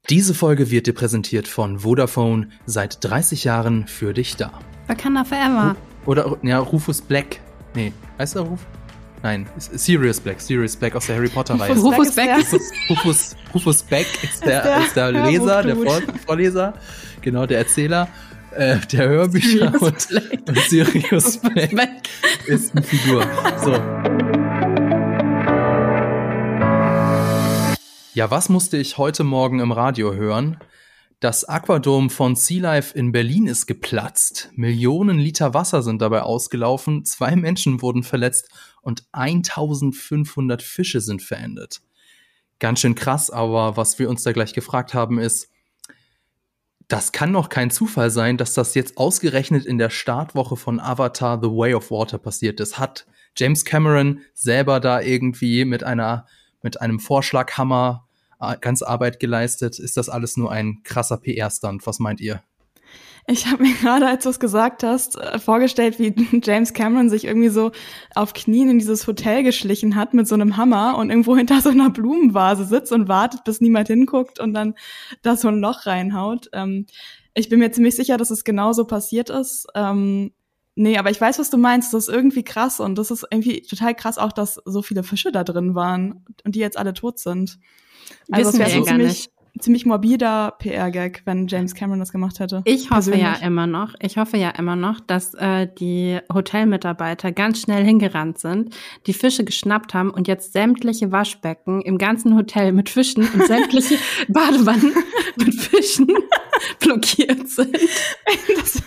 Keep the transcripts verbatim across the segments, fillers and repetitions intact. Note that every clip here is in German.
Diese Folge wird dir präsentiert von Vodafone, seit dreißig Jahren für dich da. Wakanda Forever. Oder, ja, Rufus Black. Nee, heißt er Ruf? Nein, Sirius Black, Sirius Black aus der Harry Potter-Reihe. Rufus, Rufus Black, Black ist Rufus, Rufus Black ist der, ist der, ist der Leser, der Vor- Vorleser, genau, der Erzähler äh, der Hörbücher und, und Sirius Black, Black ist eine Figur. So. Ja, was musste ich heute Morgen im Radio hören? Das Aquadom von Sea Life in Berlin ist geplatzt. Millionen Liter Wasser sind dabei ausgelaufen, zwei Menschen wurden verletzt und eintausendfünfhundert Fische sind verendet. Ganz schön krass, aber was wir uns da gleich gefragt haben ist, das kann doch kein Zufall sein, dass das jetzt ausgerechnet in der Startwoche von Avatar The Way of Water passiert ist. Hat James Cameron selber da irgendwie mit einer mit einem Vorschlaghammer ganz Arbeit geleistet? Ist das alles nur ein krasser P R-Stunt? Was meint ihr? Ich habe mir gerade, als du es gesagt hast, vorgestellt, wie James Cameron sich irgendwie so auf Knien in dieses Hotel geschlichen hat mit so einem Hammer und irgendwo hinter so einer Blumenvase sitzt und wartet, bis niemand hinguckt und dann da so ein Loch reinhaut. Ähm, ich bin mir ziemlich sicher, dass es genauso passiert ist. Ähm, nee, aber ich weiß, was du meinst. Das ist irgendwie krass und das ist irgendwie total krass auch, dass so viele Fische da drin waren und die jetzt alle tot sind. Also es wäre so ziemlich, ziemlich morbider P R-Gag, wenn James Cameron das gemacht hätte. Ich hoffe persönlich. ja immer noch, ich hoffe ja immer noch, dass äh, die Hotelmitarbeiter ganz schnell hingerannt sind, die Fische geschnappt haben und jetzt sämtliche Waschbecken im ganzen Hotel mit Fischen und sämtliche Badewannen mit Fischen blockiert sind. Das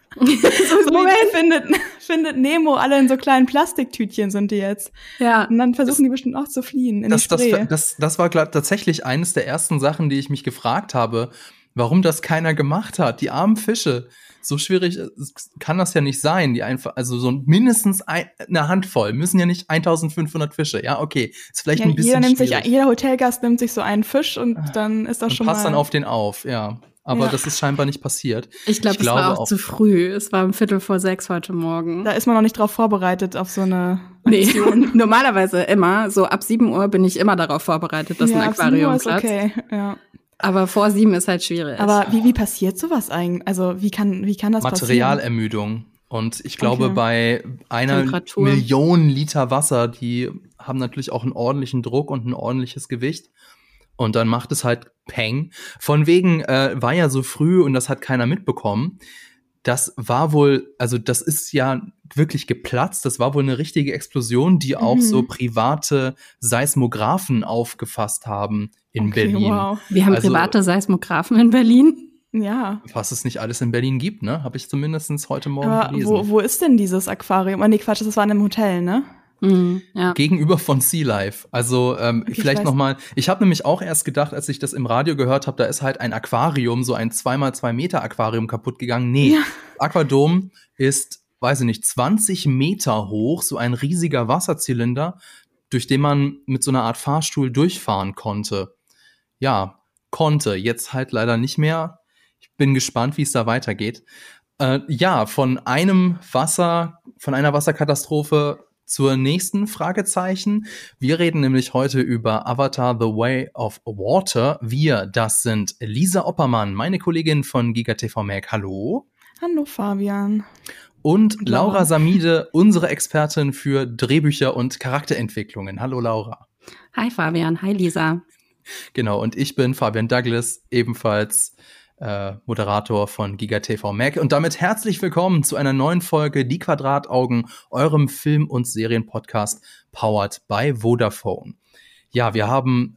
so Moment, findet, findet Nemo, alle in so kleinen Plastiktütchen sind die jetzt. Ja. Und dann versuchen das, die bestimmt auch zu fliehen in das, die Spree. Das, das, das war glaub, tatsächlich eines der ersten Sachen, die ich mich gefragt habe, warum das keiner gemacht hat. Die armen Fische. So schwierig kann das ja nicht sein. Die einfach, also so mindestens ein, eine Handvoll, müssen ja nicht eintausendfünfhundert Fische. Ja, okay. Ist vielleicht ja, ein bisschen jeder nimmt schwierig. sich, jeder Hotelgast nimmt sich so einen Fisch und dann ist das und schon passt mal. dann auf den auf, ja. Aber ja. Das ist scheinbar nicht passiert. Ich, glaub, ich glaube, es war auch, auch zu früh. Es war um Viertel vor sechs heute Morgen. Da ist man noch nicht drauf vorbereitet, auf so eine Aktion. Nee, normalerweise immer. So ab sieben Uhr bin ich immer darauf vorbereitet, dass ja, ein Aquarium ab sieben Uhr ist platzt. Okay, ja. Aber vor sieben ist halt schwierig. Aber wie, wie passiert sowas eigentlich? Also wie kann, wie kann das Materialermüdung. passieren? Und ich glaube, okay. bei einer Million Liter Wasser, die haben natürlich auch einen ordentlichen Druck und ein ordentliches Gewicht. Und dann macht es halt Peng. Von wegen äh, war ja so früh und das hat keiner mitbekommen. Das war wohl, also das ist ja wirklich geplatzt. Das war wohl eine richtige Explosion, die auch mhm. so private Seismographen aufgefasst haben in okay, Berlin. Wow. Wir haben also, private Seismographen in Berlin. Ja. Was es nicht alles in Berlin gibt, ne? Habe ich zumindest heute Morgen Aber gelesen. Wo, wo ist denn dieses Aquarium? Oh nee, Quatsch, das war in einem Hotel, ne? Mhm, ja. Gegenüber von Sea Life. Also ähm, okay, vielleicht noch mal. Ich habe nämlich auch erst gedacht, als ich das im Radio gehört habe, da ist halt ein Aquarium, so ein zwei mal zwei Meter Aquarium kaputt gegangen. Nee, ja. Aquadom ist, weiß ich nicht, zwanzig Meter hoch, so ein riesiger Wasserzylinder, durch den man mit so einer Art Fahrstuhl durchfahren konnte. Ja, konnte. Jetzt halt leider nicht mehr. Ich bin gespannt, wie es da weitergeht. Äh, ja, von einem Wasser, von einer Wasserkatastrophe zur nächsten Fragezeichen. Wir reden nämlich heute über Avatar The Way of Water. Wir, das sind Lisa Oppermann, meine Kollegin von GigaTV Mag. Hallo. Hallo Fabian. Und Laura, Laura Samide, unsere Expertin für Drehbücher und Charakterentwicklungen. Hallo Laura. Hi Fabian, hi Lisa. Genau, und ich bin Fabian Douglas, ebenfalls Äh, Moderator von GigaTV Mag. Und damit herzlich willkommen zu einer neuen Folge Die Quadrataugen, eurem Film- und Serienpodcast, powered by Vodafone. Ja, wir haben,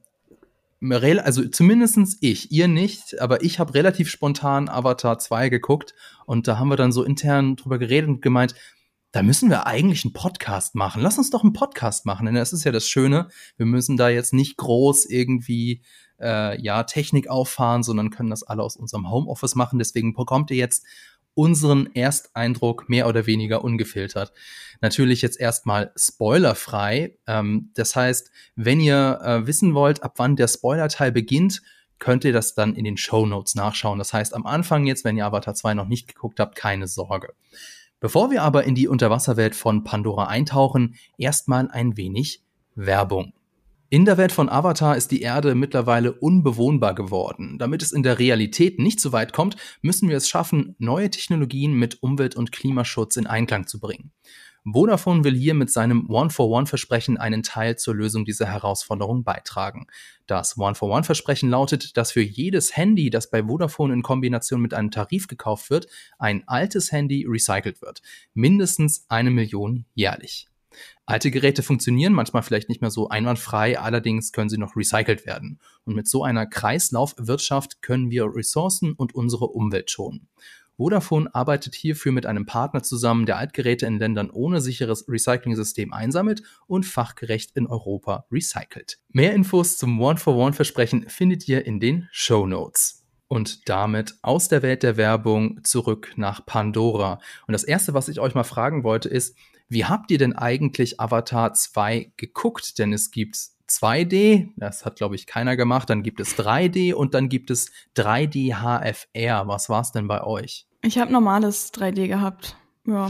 also zumindest ich, ihr nicht, aber ich habe relativ spontan Avatar zwei geguckt und da haben wir dann so intern drüber geredet und gemeint, da müssen wir eigentlich einen Podcast machen. Lass uns doch einen Podcast machen, denn das ist ja das Schöne. Wir müssen da jetzt nicht groß irgendwie äh, ja Technik auffahren, sondern können das alle aus unserem Homeoffice machen. Deswegen bekommt ihr jetzt unseren Ersteindruck mehr oder weniger ungefiltert. Natürlich jetzt erstmal spoilerfrei. Ähm, das heißt, wenn ihr äh, wissen wollt, ab wann der Spoilerteil beginnt, könnt ihr das dann in den Shownotes nachschauen. Das heißt, am Anfang jetzt, wenn ihr Avatar zwei noch nicht geguckt habt, keine Sorge. Bevor wir aber in die Unterwasserwelt von Pandora eintauchen, erstmal ein wenig Werbung. In der Welt von Avatar ist die Erde mittlerweile unbewohnbar geworden. Damit es in der Realität nicht so weit kommt, müssen wir es schaffen, neue Technologien mit Umwelt- und Klimaschutz in Einklang zu bringen. Vodafone will hier mit seinem One-for-One-Versprechen einen Teil zur Lösung dieser Herausforderung beitragen. Das One-for-One-Versprechen lautet, dass für jedes Handy, das bei Vodafone in Kombination mit einem Tarif gekauft wird, ein altes Handy recycelt wird. Mindestens eine Million jährlich. Alte Geräte funktionieren manchmal vielleicht nicht mehr so einwandfrei, allerdings können sie noch recycelt werden. Und mit so einer Kreislaufwirtschaft können wir Ressourcen und unsere Umwelt schonen. Vodafone arbeitet hierfür mit einem Partner zusammen, der Altgeräte in Ländern ohne sicheres Recycling-System einsammelt und fachgerecht in Europa recycelt. Mehr Infos zum One-for-One-Versprechen findet ihr in den Shownotes. Und damit aus der Welt der Werbung zurück nach Pandora. Und das Erste, was ich euch mal fragen wollte, ist, wie habt ihr denn eigentlich Avatar zwei geguckt? Denn es gibt zwei D, das hat, glaube ich, keiner gemacht. Dann gibt es drei D und dann gibt es drei D H F R. Was war's denn bei euch? Ich habe normales drei D gehabt. Ja.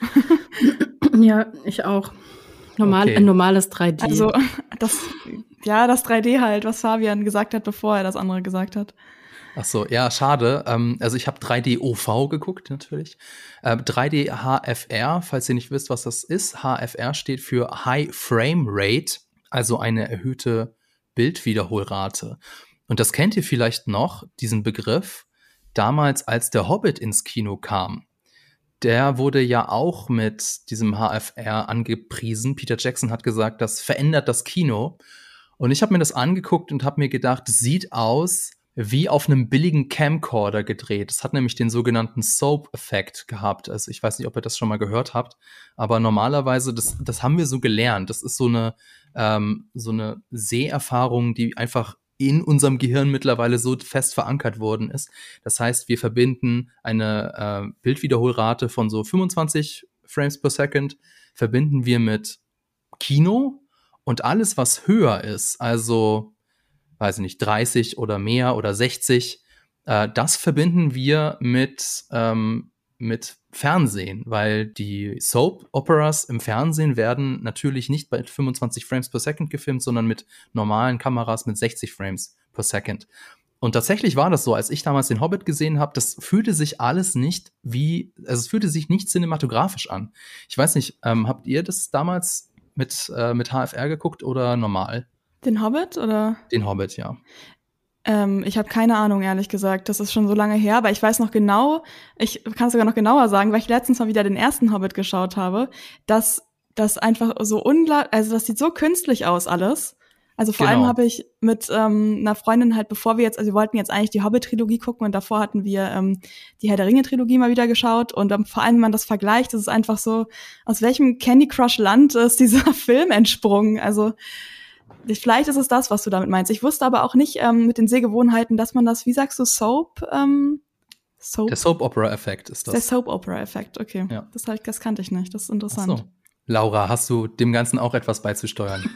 Ja, ich auch. Normal, Okay. Ein normales drei D. Also das, ja, das drei D halt, was Fabian gesagt hat, bevor er das andere gesagt hat. Ach so, ja, schade. Ähm, also ich habe drei D O V geguckt, natürlich. Äh, drei D H F R, falls ihr nicht wisst, was das ist. H F R steht für High Frame Rate, also eine erhöhte Bildwiederholrate. Und das kennt ihr vielleicht noch, diesen Begriff, damals, als der Hobbit ins Kino kam. Der wurde ja auch mit diesem H F R angepriesen. Peter Jackson hat gesagt, das verändert das Kino. Und ich habe mir das angeguckt und habe mir gedacht, das sieht aus wie auf einem billigen Camcorder gedreht. Es hat nämlich den sogenannten Soap-Effekt gehabt. Also ich weiß nicht, ob ihr das schon mal gehört habt, aber normalerweise, das, das haben wir so gelernt. Das ist so eine, ähm, so eine Seherfahrung, die einfach in unserem Gehirn mittlerweile so fest verankert worden ist. Das heißt, wir verbinden eine äh, Bildwiederholrate von so fünfundzwanzig Frames per Second, verbinden wir mit Kino, und alles, was höher ist, also weiß ich nicht, dreißig oder mehr oder sechzig, äh, das verbinden wir mit, ähm, mit Fernsehen, weil die Soap-Operas im Fernsehen werden natürlich nicht bei fünfundzwanzig Frames per Second gefilmt, sondern mit normalen Kameras mit sechzig Frames per Second. Und tatsächlich war das so, als ich damals den Hobbit gesehen habe, das fühlte sich alles nicht wie, also es fühlte sich nicht cinematografisch an. Ich weiß nicht, ähm, habt ihr das damals mit, äh, mit H F R geguckt oder normal? Den Hobbit oder? Den Hobbit, ja. Ähm, ich habe keine Ahnung, ehrlich gesagt. Das ist schon so lange her, aber ich weiß noch genau, ich kann es sogar noch genauer sagen, weil ich letztens mal wieder den ersten Hobbit geschaut habe, dass das einfach so unglaublich, also das sieht so künstlich aus alles. Also vor Genau. allem habe ich mit ähm, einer Freundin halt, bevor wir jetzt, also wir wollten jetzt eigentlich die Hobbit-Trilogie gucken und davor hatten wir ähm, die Herr der Ringe-Trilogie mal wieder geschaut und ähm, vor allem, wenn man das vergleicht, das ist einfach so, aus welchem Candy Crush-Land ist dieser Film entsprungen. Also vielleicht ist es das, was du damit meinst. Ich wusste aber auch nicht ähm, mit den Sehgewohnheiten, dass man das, wie sagst du, Soap? Ähm, Soap? Der Soap-Opera-Effekt ist das. Der Soap-Opera-Effekt, okay. Ja. Das, hab ich, das kannte ich nicht, das ist interessant. Ach so. Laura, hast du dem Ganzen auch etwas beizusteuern?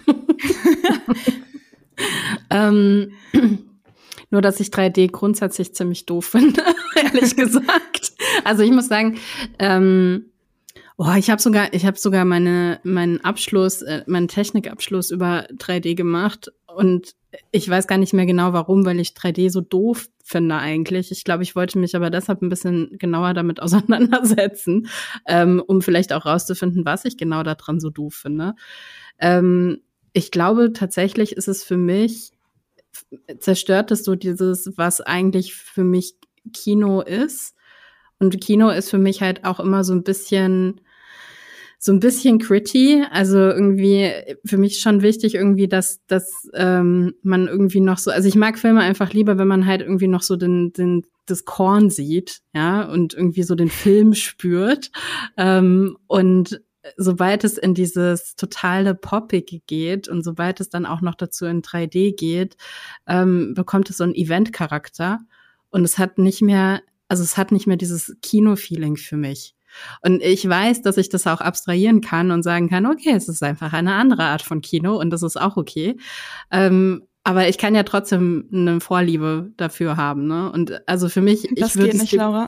ähm, nur, dass ich drei D grundsätzlich ziemlich doof finde, ehrlich gesagt. Also ich muss sagen, ähm, oh, ich habe sogar, ich habe sogar meine meinen Abschluss, äh, meinen Technikabschluss über drei D gemacht und ich weiß gar nicht mehr genau warum, weil ich drei D so doof finde eigentlich. Ich glaube, ich wollte mich aber deshalb ein bisschen genauer damit auseinandersetzen, ähm, um vielleicht auch rauszufinden, was ich genau daran so doof finde. Ähm, ich glaube, tatsächlich ist es für mich, zerstört es so dieses, was eigentlich für mich Kino ist. Und Kino ist für mich halt auch immer so ein bisschen so ein bisschen gritty, also irgendwie für mich schon wichtig irgendwie, dass dass ähm, man irgendwie noch so, also ich mag Filme einfach lieber, wenn man halt irgendwie noch so den den das Korn sieht, ja, und irgendwie so den Film spürt, ähm, und sobald es in dieses totale Poppige geht und sobald es dann auch noch dazu in drei D geht, ähm, bekommt es so einen Event-Charakter und es hat nicht mehr, also es hat nicht mehr dieses Kino-Feeling für mich. Und ich weiß, dass ich das auch abstrahieren kann und sagen kann, okay, es ist einfach eine andere Art von Kino und das ist auch okay. Ähm, Aber ich kann ja trotzdem eine Vorliebe dafür haben, ne? Und also für mich, das ich würde geht nicht, Laura.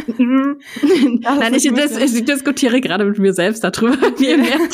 Nein, ich, dis ich diskutiere gerade mit mir selbst darüber, wie ihr merkt.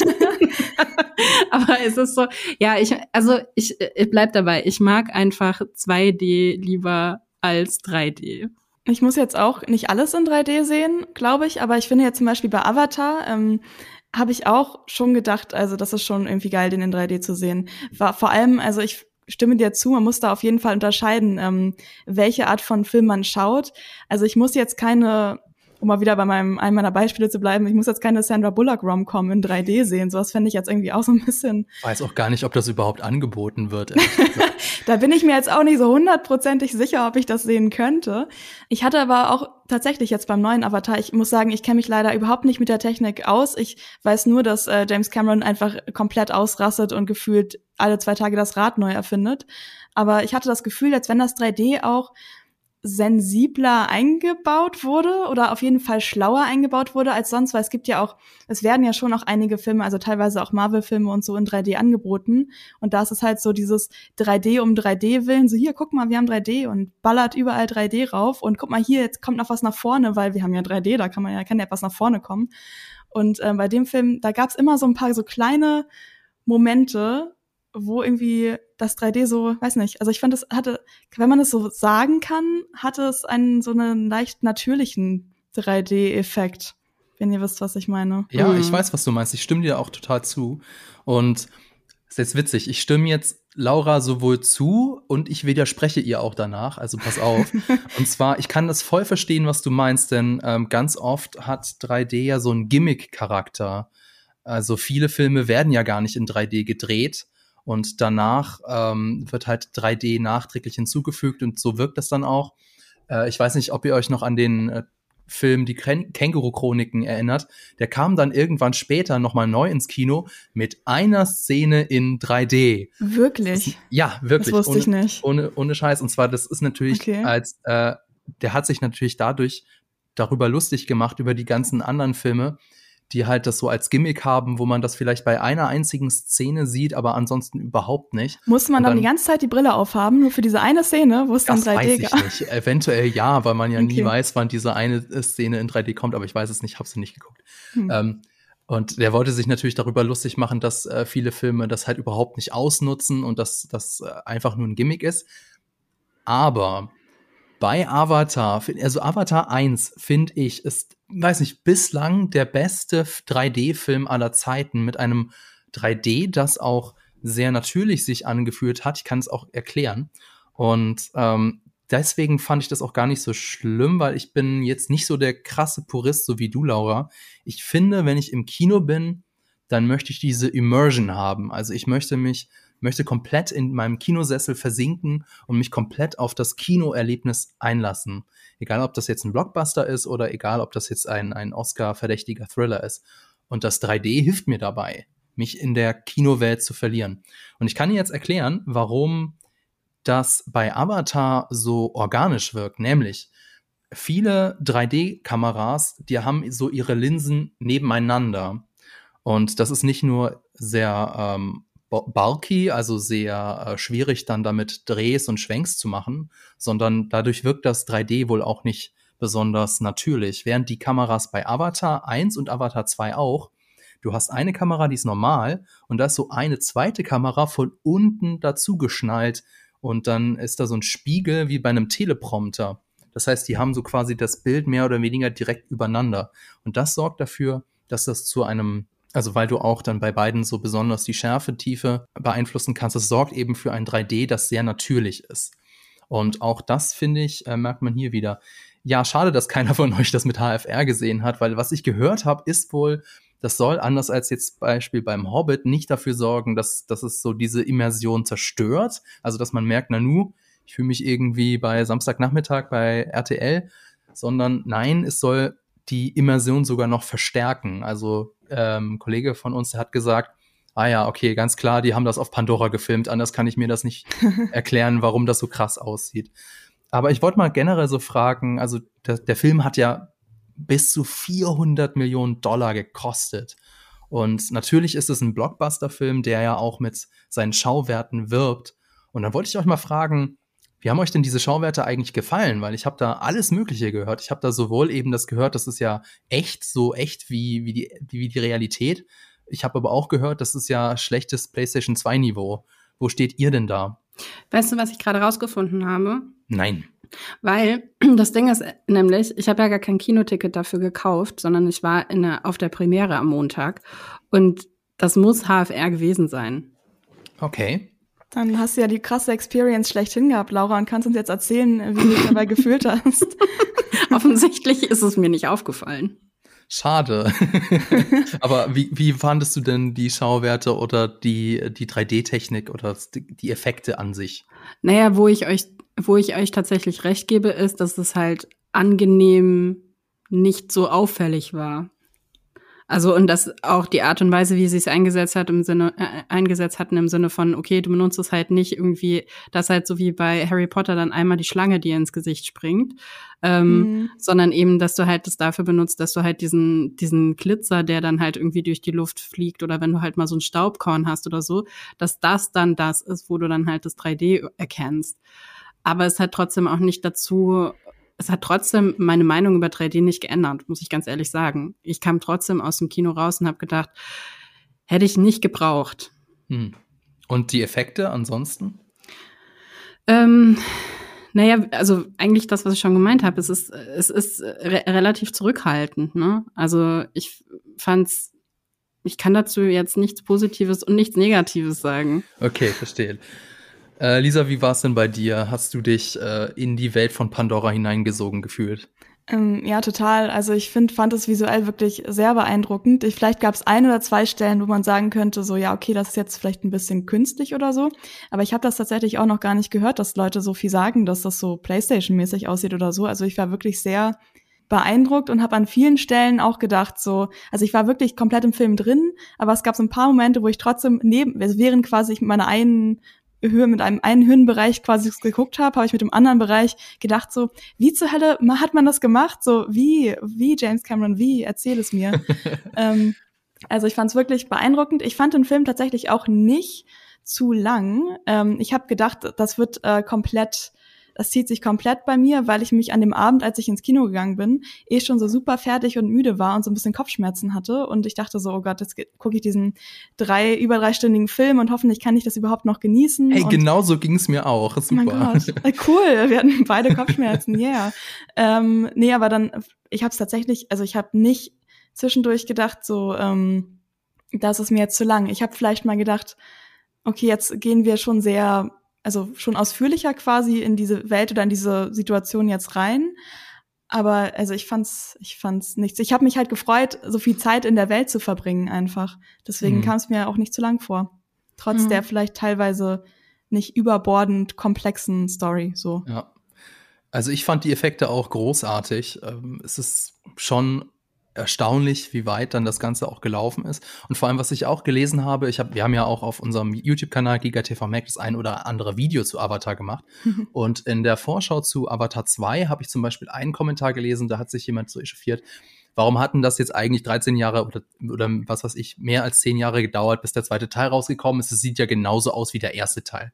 Aber es ist so, ja, ich, also ich, ich bleib dabei. Ich mag einfach zwei D lieber als drei D. Ich muss jetzt auch nicht alles in drei D sehen, glaube ich, aber ich finde jetzt zum Beispiel bei Avatar, ähm, habe ich auch schon gedacht, also das ist schon irgendwie geil, den in drei D zu sehen. War vor allem, also ich stimme dir zu, man muss da auf jeden Fall unterscheiden, ähm, welche Art von Film man schaut. Also ich muss jetzt keine, um mal wieder bei meinem einem meiner Beispiele zu bleiben, ich muss jetzt keine Sandra Bullock Rom-Com in drei D sehen. Sowas fände ich jetzt irgendwie auch so ein bisschen. Weiß auch gar nicht, ob das überhaupt angeboten wird. Da bin ich mir jetzt auch nicht so hundertprozentig sicher, ob ich das sehen könnte. Ich hatte aber auch tatsächlich jetzt beim neuen Avatar, ich muss sagen, ich kenne mich leider überhaupt nicht mit der Technik aus. Ich weiß nur, dass äh, James Cameron einfach komplett ausrastet und gefühlt alle zwei Tage das Rad neu erfindet. Aber ich hatte das Gefühl, als wenn das drei D auch sensibler eingebaut wurde oder auf jeden Fall schlauer eingebaut wurde als sonst, weil es gibt ja auch, es werden ja schon auch einige Filme, also teilweise auch Marvel-Filme und so in drei D angeboten und da ist es halt so dieses drei D um drei D willen, so hier, guck mal, wir haben drei D und ballert überall drei D rauf und guck mal hier, jetzt kommt noch was nach vorne, weil wir haben ja drei D, da kann man ja, kann ja etwas nach vorne kommen und äh, bei dem Film, da gab's immer so ein paar so kleine Momente, wo irgendwie das drei D so, weiß nicht, also ich fand, es hatte, wenn man es so sagen kann, hatte es einen so einen leicht natürlichen drei D-Effekt, wenn ihr wisst, was ich meine. Ja, Mhm. ich weiß, was du meinst. Ich stimme dir auch total zu. Und ist jetzt witzig, ich stimme jetzt Laura sowohl zu und ich widerspreche ihr auch danach, also pass auf. Und zwar, ich kann das voll verstehen, was du meinst, denn ähm, ganz oft hat drei D ja so einen Gimmick-Charakter. Also viele Filme werden ja gar nicht in drei D gedreht. Und danach ähm, wird halt drei D nachträglich hinzugefügt und so wirkt das dann auch. Äh, ich weiß nicht, ob ihr euch noch an den äh, Film Die Ken- Känguru-Chroniken erinnert. Der kam dann irgendwann später nochmal neu ins Kino mit einer Szene in drei D. Wirklich? Das, ja, wirklich. Das wusste ohne, ich nicht. Ohne, ohne Scheiß. Und zwar, das ist natürlich Okay. als, äh, der hat sich natürlich dadurch darüber lustig gemacht, über die ganzen anderen Filme, die halt das so als Gimmick haben, wo man das vielleicht bei einer einzigen Szene sieht, aber ansonsten überhaupt nicht. Musste man dann, dann die ganze Zeit die Brille aufhaben, nur für diese eine Szene, wo es dann Das drei D weiß ich gab? nicht. Eventuell ja, weil man ja nie Okay. weiß, wann diese eine Szene in drei D kommt, aber ich weiß es nicht, habe sie nicht geguckt. Hm. Ähm, und der wollte sich natürlich darüber lustig machen, dass äh, viele Filme das halt überhaupt nicht ausnutzen und dass das äh, einfach nur ein Gimmick ist. Aber bei Avatar, also Avatar eins, finde ich, ist, weiß nicht, bislang der beste drei D-Film aller Zeiten mit einem drei D, das auch sehr natürlich sich angefühlt hat. Ich kann es auch erklären. Und ähm, deswegen fand ich das auch gar nicht so schlimm, weil ich bin jetzt nicht so der krasse Purist, so wie du, Laura. Ich finde, wenn ich im Kino bin, dann möchte ich diese Immersion haben. Also ich möchte mich möchte komplett in meinem Kinosessel versinken und mich komplett auf das Kinoerlebnis einlassen. Egal, ob das jetzt ein Blockbuster ist oder egal, ob das jetzt ein, ein Oscar-verdächtiger Thriller ist. Und das drei D hilft mir dabei, mich in der Kinowelt zu verlieren. Und ich kann dir jetzt erklären, warum das bei Avatar so organisch wirkt. Nämlich, viele drei D-Kameras, die haben so ihre Linsen nebeneinander. Und das ist nicht nur sehr ähm, bulky, also sehr äh, schwierig dann damit Drehs und Schwenks zu machen, sondern dadurch wirkt das drei D wohl auch nicht besonders natürlich. Während die Kameras bei Avatar eins und Avatar zwei auch, du hast eine Kamera, die ist normal und da ist so eine zweite Kamera von unten dazu geschnallt und dann ist da so ein Spiegel wie bei einem Teleprompter. Das heißt, die haben so quasi das Bild mehr oder weniger direkt übereinander. Und das sorgt dafür, dass das zu einem Also weil du auch dann bei beiden so besonders die Schärfe, Tiefe beeinflussen kannst. Das sorgt eben für ein drei D, das sehr natürlich ist. Und auch das, finde ich, äh, merkt man hier wieder. Ja, schade, dass keiner von euch das mit H F R gesehen hat, weil was ich gehört habe, ist wohl, das soll, anders als jetzt Beispiel beim Hobbit, nicht dafür sorgen, dass, dass es so diese Immersion zerstört. Also dass man merkt, Nanu, ich fühle mich irgendwie bei Samstagnachmittag bei R T L, sondern nein, es soll die Immersion sogar noch verstärken. Also ähm, ein Kollege von uns, der hat gesagt, ah ja, okay, ganz klar, die haben das auf Pandora gefilmt, anders kann ich mir das nicht erklären, warum das so krass aussieht. Aber ich wollte mal generell so fragen, also der, der Film hat ja bis zu vierhundert Millionen Dollar gekostet. Und natürlich ist es ein Blockbuster-Film, der ja auch mit seinen Schauwerten wirbt. Und dann wollte ich euch mal fragen, wie haben euch denn diese Schauwerte eigentlich gefallen? Weil ich habe da alles Mögliche gehört. Ich habe da sowohl eben das gehört, das ist ja echt, so echt wie, wie, die, wie die Realität. Ich habe aber auch gehört, das ist ja schlechtes PlayStation zwei Niveau. Wo steht ihr denn da? Weißt du, was ich gerade rausgefunden habe? Nein. Weil das Ding ist nämlich, ich habe ja gar kein Kinoticket dafür gekauft, sondern ich war in der, auf der Premiere am Montag. Und das muss H F R gewesen sein. Okay. Dann hast du ja die krasse Experience schlechthin gehabt, Laura, und kannst uns jetzt erzählen, wie du dich dabei gefühlt hast. Offensichtlich ist es mir nicht aufgefallen. Schade. Aber wie, wie fandest du denn die Schauwerte oder die, die drei D-Technik oder die Effekte an sich? Naja, wo ich euch, wo ich euch tatsächlich recht gebe, ist, dass es halt angenehm nicht so auffällig war. Also, und dass auch die Art und Weise, wie sie es eingesetzt hat, im Sinne, äh, eingesetzt hatten im Sinne von, okay, du benutzt es halt nicht irgendwie, das halt so wie bei Harry Potter dann einmal die Schlange dir ins Gesicht springt, ähm, mhm. sondern eben, dass du halt das dafür benutzt, dass du halt diesen, diesen Glitzer, der dann halt irgendwie durch die Luft fliegt oder wenn du halt mal so ein Staubkorn hast oder so, dass das dann das ist, wo du dann halt das drei D erkennst. Aber es hat trotzdem auch nicht dazu Es hat trotzdem meine Meinung über drei D nicht geändert, muss ich ganz ehrlich sagen. Ich kam trotzdem aus dem Kino raus und habe gedacht, hätte ich nicht gebraucht. Hm. Und die Effekte ansonsten? Ähm, naja, also eigentlich das, was ich schon gemeint habe, es ist, es ist re- relativ zurückhaltend, ne? Also ich fand's, ich kann dazu jetzt nichts Positives und nichts Negatives sagen. Okay, verstehe. Äh, Lisa, wie war es denn bei dir? Hast du dich äh, in die Welt von Pandora hineingesogen gefühlt? Ähm, ja, total. Also ich find, fand es visuell wirklich sehr beeindruckend. Ich, vielleicht gab es ein oder zwei Stellen, wo man sagen könnte, so ja, okay, das ist jetzt vielleicht ein bisschen künstlich oder so. Aber ich habe das tatsächlich auch noch gar nicht gehört, dass Leute so viel sagen, dass das so PlayStation-mäßig aussieht oder so. Also ich war wirklich sehr beeindruckt und habe an vielen Stellen auch gedacht, so, also ich war wirklich komplett im Film drin, aber es gab so ein paar Momente, wo ich trotzdem neben, während quasi ich meine einen Höhe mit einem einen Höhenbereich quasi geguckt habe, habe ich mit dem anderen Bereich gedacht so, wie zur Hölle hat man das gemacht? So, wie, wie James Cameron, wie? Erzähl es mir. ähm, also ich fand es wirklich beeindruckend. Ich fand den Film tatsächlich auch nicht zu lang. Ähm, ich habe gedacht, das wird äh, komplett Das zieht sich komplett bei mir, weil ich mich an dem Abend, als ich ins Kino gegangen bin, eh schon so super fertig und müde war und so ein bisschen Kopfschmerzen hatte. Und ich dachte so, oh Gott, jetzt gucke ich diesen drei, über dreistündigen Film und hoffentlich kann ich das überhaupt noch genießen. Hey, und genau so ging es mir auch. Super. Oh mein Gott, cool, wir hatten beide Kopfschmerzen, yeah. ähm, nee, aber dann, ich habe es tatsächlich, also ich habe nicht zwischendurch gedacht, so, ähm, das ist mir jetzt zu lang. Ich habe vielleicht mal gedacht, okay, jetzt gehen wir schon sehr also schon ausführlicher quasi in diese Welt oder in diese Situation jetzt rein. Aber also ich fand's, ich fand's nichts. Ich habe mich halt gefreut, so viel Zeit in der Welt zu verbringen einfach. Deswegen mhm. kam es mir auch nicht zu lang vor. Trotz mhm. der vielleicht teilweise nicht überbordend komplexen Story, so. Ja. Also ich fand die Effekte auch großartig. Es ist schon erstaunlich, wie weit dann das Ganze auch gelaufen ist. Und vor allem, was ich auch gelesen habe, ich hab, wir haben ja auch auf unserem YouTube-Kanal GigaTV Mac das ein oder andere Video zu Avatar gemacht. Mhm. Und in der Vorschau zu Avatar zwei habe ich zum Beispiel einen Kommentar gelesen, da hat sich jemand so echauffiert, warum hatten das jetzt eigentlich dreizehn Jahre oder, oder was weiß ich, mehr als zehn Jahre gedauert, bis der zweite Teil rausgekommen ist? Es sieht ja genauso aus wie der erste Teil.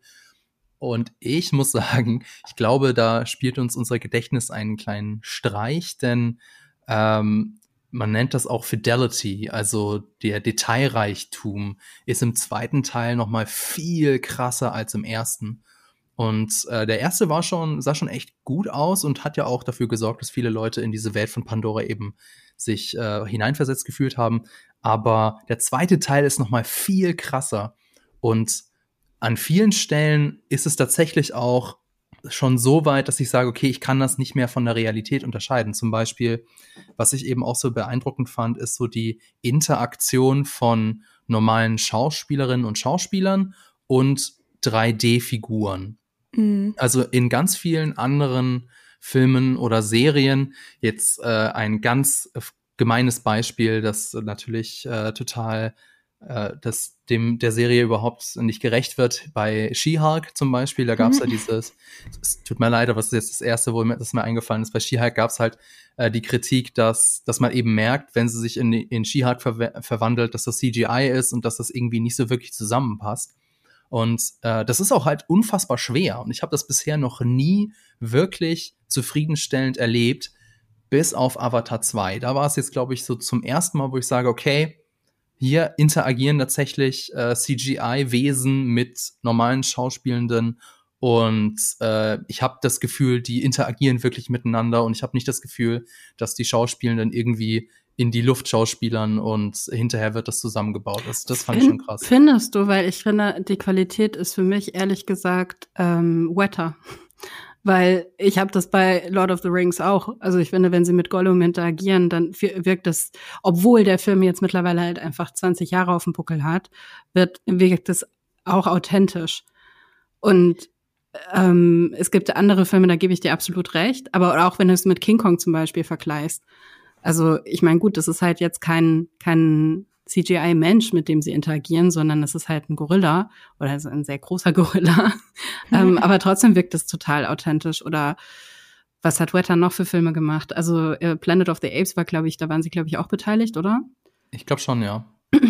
Und ich muss sagen, ich glaube, da spielt uns unser Gedächtnis einen kleinen Streich, denn ähm, man nennt das auch Fidelity, also der Detailreichtum ist im zweiten Teil noch mal viel krasser als im ersten. Und äh, der erste war schon, sah schon echt gut aus und hat ja auch dafür gesorgt, dass viele Leute in diese Welt von Pandora eben sich äh, hineinversetzt gefühlt haben. Aber der zweite Teil ist noch mal viel krasser. Und an vielen Stellen ist es tatsächlich auch schon so weit, dass ich sage, okay, ich kann das nicht mehr von der Realität unterscheiden. Zum Beispiel, was ich eben auch so beeindruckend fand, ist so die Interaktion von normalen Schauspielerinnen und Schauspielern und drei D-Figuren. Mhm. Also in ganz vielen anderen Filmen oder Serien, jetzt äh, ein ganz gemeines Beispiel, das natürlich äh, total das dem der Serie überhaupt nicht gerecht wird. Bei She-Hulk zum Beispiel, da gab es mhm. ja dieses, es tut mir leid, aber es ist jetzt das Erste, wo mir das mir eingefallen ist, bei She-Hulk gab es halt äh, die Kritik, dass dass man eben merkt, wenn sie sich in, in She-Hulk ver- verwandelt, dass das C G I ist und dass das irgendwie nicht so wirklich zusammenpasst. Und äh, das ist auch halt unfassbar schwer. Und ich habe das bisher noch nie wirklich zufriedenstellend erlebt, bis auf Avatar zwei. Da war es jetzt, glaube ich, so zum ersten Mal, wo ich sage, okay, hier interagieren tatsächlich äh, C G I-Wesen mit normalen Schauspielenden. Und äh, ich habe das Gefühl, die interagieren wirklich miteinander. Und ich habe nicht das Gefühl, dass die Schauspielenden irgendwie in die Luft schauspielern und hinterher wird das zusammengebaut. Das, das fand ich schon krass. Findest du, weil ich finde, die Qualität ist für mich ehrlich gesagt ähm, wetter. Weil ich habe das bei Lord of the Rings auch. Also ich finde, wenn sie mit Gollum interagieren, dann wirkt es, obwohl der Film jetzt mittlerweile halt einfach zwanzig Jahre auf dem Buckel hat, wird, wirkt es auch authentisch. Und ähm, es gibt andere Filme, da gebe ich dir absolut recht. Aber auch wenn du es mit King Kong zum Beispiel vergleichst. Also ich meine, gut, das ist halt jetzt kein kein C G I-Mensch, mit dem sie interagieren, sondern es ist halt ein Gorilla oder also ein sehr großer Gorilla. ähm, aber trotzdem wirkt es total authentisch. Oder was hat Weta noch für Filme gemacht? Also äh, Planet of the Apes war, glaube ich, da waren sie, glaube ich, auch beteiligt, oder? Ich glaube schon, ja.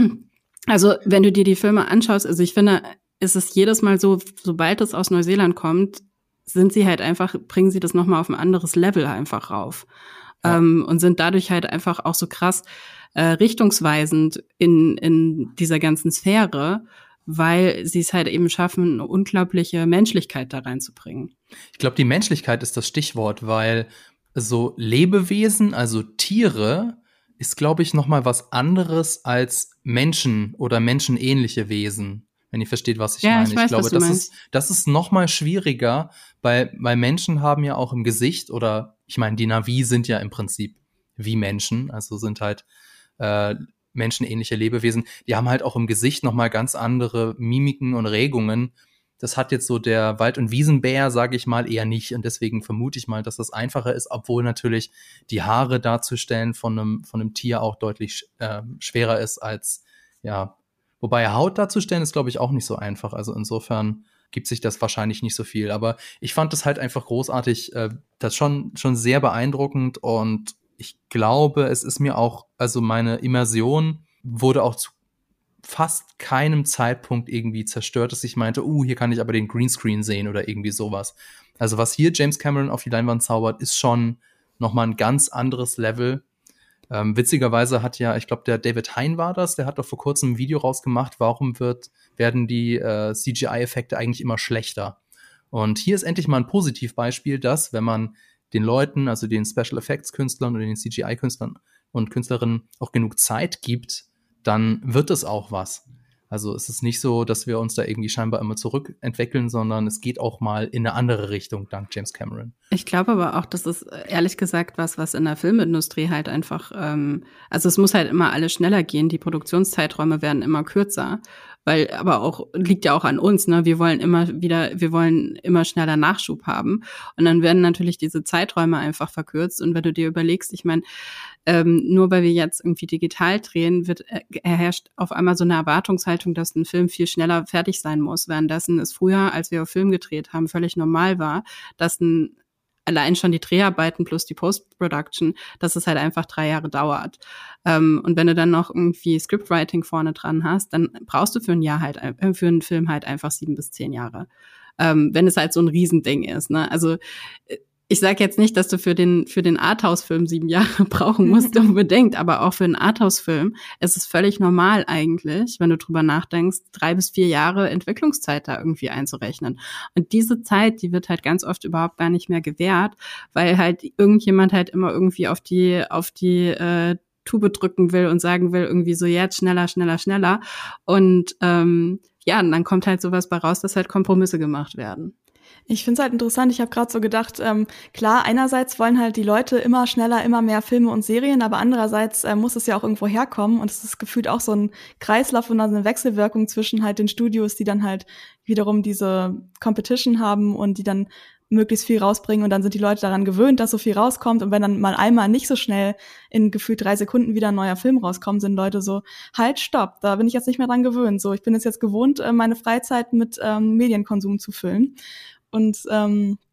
Also wenn du dir die Filme anschaust, also ich finde, ist es jedes Mal so, sobald es aus Neuseeland kommt, sind sie halt einfach, bringen sie das nochmal auf ein anderes Level einfach rauf. Ja. Ähm, und sind dadurch halt einfach auch so krass äh, richtungsweisend in in dieser ganzen Sphäre, weil sie es halt eben schaffen, eine unglaubliche Menschlichkeit da reinzubringen. Ich glaube, die Menschlichkeit ist das Stichwort, weil so Lebewesen, also Tiere, ist, glaube ich, noch mal was anderes als Menschen oder menschenähnliche Wesen, wenn ihr versteht, was ich ja, meine. Ich, weiß, ich glaube, was du das meinst. ist das ist noch mal schwieriger, weil weil Menschen haben ja auch im Gesicht oder ich meine, die Na'vi sind ja im Prinzip wie Menschen, also sind halt äh, menschenähnliche Lebewesen. Die haben halt auch im Gesicht noch mal ganz andere Mimiken und Regungen. Das hat jetzt so der Wald- und Wiesenbär, sage ich mal, eher nicht. Und deswegen vermute ich mal, dass das einfacher ist, obwohl natürlich die Haare darzustellen von einem, von einem Tier auch deutlich äh, schwerer ist als, ja, wobei Haut darzustellen ist, glaube ich, auch nicht so einfach. Also insofern gibt sich das wahrscheinlich nicht so viel. Aber ich fand das halt einfach großartig, äh, das schon, schon sehr beeindruckend. Und ich glaube, es ist mir auch, also meine Immersion wurde auch zu fast keinem Zeitpunkt irgendwie zerstört, dass ich meinte, uh, hier kann ich aber den Greenscreen sehen oder irgendwie sowas. Also was hier James Cameron auf die Leinwand zaubert, ist schon nochmal ein ganz anderes Level. Ähm, witzigerweise hat ja, ich glaube, der David Hein war das, der hat doch vor kurzem ein Video rausgemacht, warum wird, werden die äh, C G I-Effekte eigentlich immer schlechter. Und hier ist endlich mal ein Positivbeispiel, dass, wenn man den Leuten, also den Special Effects-Künstlern oder den C G I-Künstlern und Künstlerinnen auch genug Zeit gibt, dann wird es auch was. Also es ist nicht so, dass wir uns da irgendwie scheinbar immer zurückentwickeln, sondern es geht auch mal in eine andere Richtung, dank James Cameron. Ich glaube aber auch, das ist ehrlich gesagt was, was in der Filmindustrie halt einfach, ähm, also es muss halt immer alles schneller gehen, die Produktionszeiträume werden immer kürzer, weil aber auch, liegt ja auch an uns, ne, wir wollen immer wieder, wir wollen immer schneller Nachschub haben und dann werden natürlich diese Zeiträume einfach verkürzt und wenn du dir überlegst, ich meine, ähm, nur weil wir jetzt irgendwie digital drehen, wird äh, herrscht auf einmal so eine Erwartungshaltung, dass ein Film viel schneller fertig sein muss, währenddessen es früher, als wir auf Film gedreht haben, völlig normal war, dass ein allein schon die Dreharbeiten plus die Post-Production, dass es halt einfach drei Jahre dauert. Ähm, und wenn du dann noch irgendwie Scriptwriting vorne dran hast, dann brauchst du für ein Jahr halt, äh, für einen Film halt einfach sieben bis zehn Jahre. Ähm, wenn es halt so ein Riesending ist, ne? Also, ich sage jetzt nicht, dass du für den für den Arthouse-Film sieben Jahre brauchen musst unbedingt, aber auch für einen Arthouse-Film ist es völlig normal eigentlich, wenn du drüber nachdenkst, drei bis vier Jahre Entwicklungszeit da irgendwie einzurechnen. Und diese Zeit, die wird halt ganz oft überhaupt gar nicht mehr gewährt, weil halt irgendjemand halt immer irgendwie auf die auf die äh, Tube drücken will und sagen will irgendwie so jetzt schneller, schneller, schneller. Und ähm, ja, und dann kommt halt sowas bei raus, dass halt Kompromisse gemacht werden. Ich finde es halt interessant, ich habe gerade so gedacht, ähm, klar, einerseits wollen halt die Leute immer schneller, immer mehr Filme und Serien, aber andererseits äh, muss es ja auch irgendwo herkommen und es ist gefühlt auch so ein Kreislauf und eine Wechselwirkung zwischen halt den Studios, die dann halt wiederum diese Competition haben und die dann möglichst viel rausbringen und dann sind die Leute daran gewöhnt, dass so viel rauskommt und wenn dann mal einmal nicht so schnell in gefühlt drei Sekunden wieder ein neuer Film rauskommt, sind Leute so, halt, stopp, da bin ich jetzt nicht mehr dran gewöhnt. So, ich bin es jetzt gewohnt, meine Freizeit mit ähm, Medienkonsum zu füllen. Und ähm,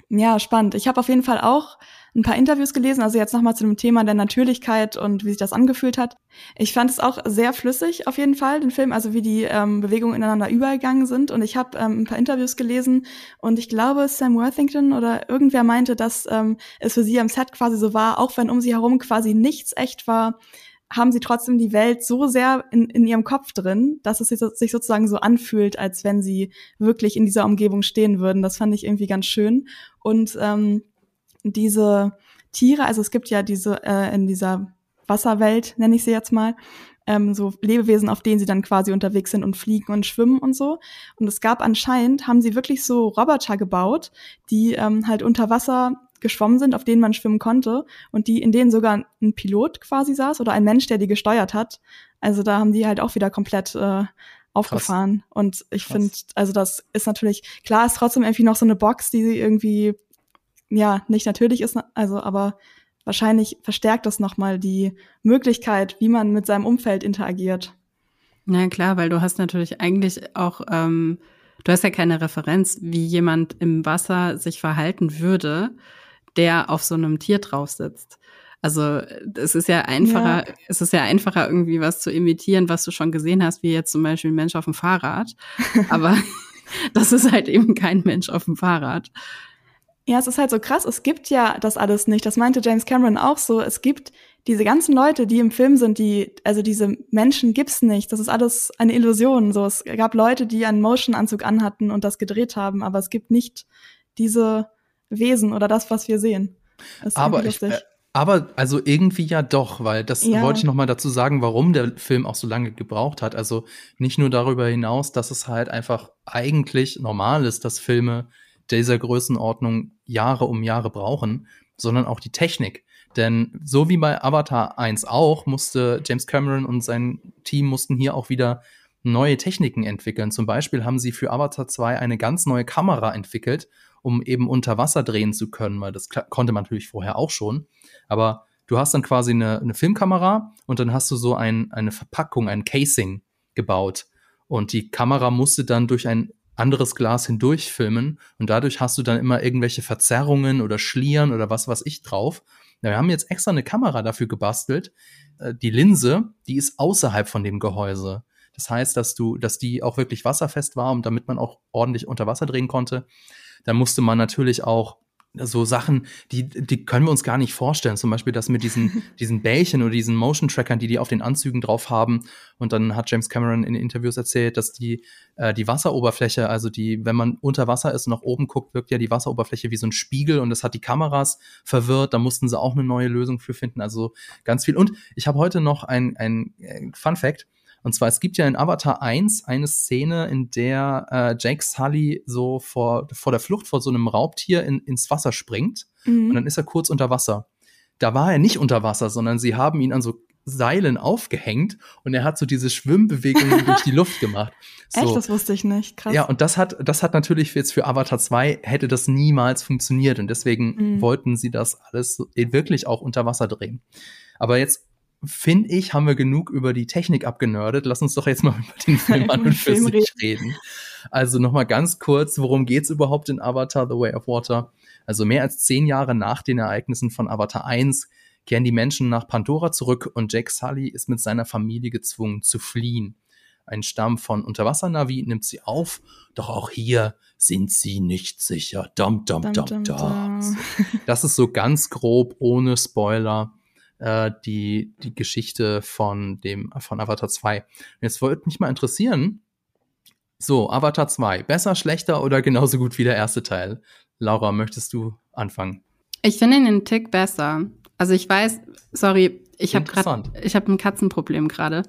Ja, spannend. Ich habe auf jeden Fall auch ein paar Interviews gelesen, also jetzt nochmal zu dem Thema der Natürlichkeit und wie sich das angefühlt hat. Ich fand es auch sehr flüssig auf jeden Fall, den Film, also wie die ähm, Bewegungen ineinander übergegangen sind. Und ich habe ähm, ein paar Interviews gelesen und ich glaube, Sam Worthington oder irgendwer meinte, dass ähm, es für sie am Set quasi so war, auch wenn um sie herum quasi nichts echt war, haben sie trotzdem die Welt so sehr in, in ihrem Kopf drin, dass es sich sozusagen so anfühlt, als wenn sie wirklich in dieser Umgebung stehen würden. Das fand ich irgendwie ganz schön. Und ähm, diese Tiere, also es gibt ja diese äh, in dieser Wasserwelt, nenne ich sie jetzt mal, ähm, so Lebewesen, auf denen sie dann quasi unterwegs sind und fliegen und schwimmen und so. Und es gab anscheinend, haben sie wirklich so Roboter gebaut, die ähm, halt unter Wasser geschwommen sind, auf denen man schwimmen konnte und die, in denen sogar ein Pilot quasi saß oder ein Mensch, der die gesteuert hat. Also da haben die halt auch wieder komplett äh, aufgefahren. Krass. Und ich finde, also das ist natürlich, klar ist trotzdem irgendwie noch so eine Box, die irgendwie, ja, nicht natürlich ist, also aber wahrscheinlich verstärkt das nochmal die Möglichkeit, wie man mit seinem Umfeld interagiert. Na klar, weil du hast natürlich eigentlich auch, ähm, du hast ja keine Referenz, wie jemand im Wasser sich verhalten würde, der auf so einem Tier drauf sitzt. Also es ist ja einfacher, ja. es ist ja einfacher, irgendwie was zu imitieren, was du schon gesehen hast, wie jetzt zum Beispiel ein Mensch auf dem Fahrrad. Aber das ist halt eben kein Mensch auf dem Fahrrad. Ja, es ist halt so krass, es gibt ja das alles nicht. Das meinte James Cameron auch so. Es gibt diese ganzen Leute, die im Film sind, die, also diese Menschen gibt's nicht. Das ist alles eine Illusion. So, es gab Leute, die einen Motion-Anzug anhatten und das gedreht haben, aber es gibt nicht diese Wesen oder das, was wir sehen. Das ist aber ich, äh, aber also irgendwie ja doch, weil das ja. wollte ich noch mal dazu sagen, warum der Film auch so lange gebraucht hat. Also nicht nur darüber hinaus, dass es halt einfach eigentlich normal ist, dass Filme dieser Größenordnung Jahre um Jahre brauchen, sondern auch die Technik. Denn so wie bei Avatar eins auch, musste James Cameron und sein Team mussten hier auch wieder neue Techniken entwickeln. Zum Beispiel haben sie für Avatar zwei eine ganz neue Kamera entwickelt, um eben unter Wasser drehen zu können, weil das konnte man natürlich vorher auch schon. Aber du hast dann quasi eine, eine Filmkamera und dann hast du so ein, eine Verpackung, ein Casing gebaut. Und die Kamera musste dann durch ein anderes Glas hindurch filmen und dadurch hast du dann immer irgendwelche Verzerrungen oder Schlieren oder was weiß ich drauf. Ja, wir haben jetzt extra eine Kamera dafür gebastelt. Die Linse, die ist außerhalb von dem Gehäuse. Das heißt, dass du, dass die auch wirklich wasserfest war und damit man auch ordentlich unter Wasser drehen konnte. Da musste man natürlich auch so Sachen, die, die können wir uns gar nicht vorstellen. Zum Beispiel das mit diesen, diesen Bällchen oder diesen Motion-Trackern, die die auf den Anzügen drauf haben. Und dann hat James Cameron in Interviews erzählt, dass die, äh, die Wasseroberfläche, also die, wenn man unter Wasser ist und nach oben guckt, wirkt ja die Wasseroberfläche wie so ein Spiegel und das hat die Kameras verwirrt. Da mussten sie auch eine neue Lösung für finden. Also ganz viel. Und ich habe heute noch ein, ein Fun-Fact. Und zwar, es gibt ja in Avatar eins eine Szene, in der äh, Jake Sully so vor, vor der Flucht vor so einem Raubtier in, ins Wasser springt. Mhm. Und dann ist er kurz unter Wasser. Da war er nicht unter Wasser, sondern sie haben ihn an so Seilen aufgehängt und er hat so diese Schwimmbewegungen durch die Luft gemacht. So. Echt? Das wusste ich nicht. Krass. Ja, und das hat, das hat natürlich jetzt für Avatar zwei hätte das niemals funktioniert. Und deswegen mhm. wollten sie das alles so, wirklich auch unter Wasser drehen. Aber jetzt finde ich, haben wir genug über die Technik abgenördet. Lass uns doch jetzt mal über den Film an und für sich reden. Also noch mal ganz kurz, worum geht's überhaupt in Avatar: The Way of Water? Also mehr als zehn Jahre nach den Ereignissen von Avatar eins kehren die Menschen nach Pandora zurück und Jake Sully ist mit seiner Familie gezwungen zu fliehen. Ein Stamm von Unterwassernavi nimmt sie auf, doch auch hier sind sie nicht sicher. Dum, dum, dum, dum, dum. Das ist so ganz grob, ohne Spoiler, die die Geschichte von dem von Avatar zwei. Jetzt wollte mich mal interessieren, so, Avatar zwei, besser, schlechter oder genauso gut wie der erste Teil? Laura, möchtest du anfangen? Ich finde ihn einen Tick besser. Also ich weiß, sorry, ich habe gerade ich habe ein Katzenproblem gerade.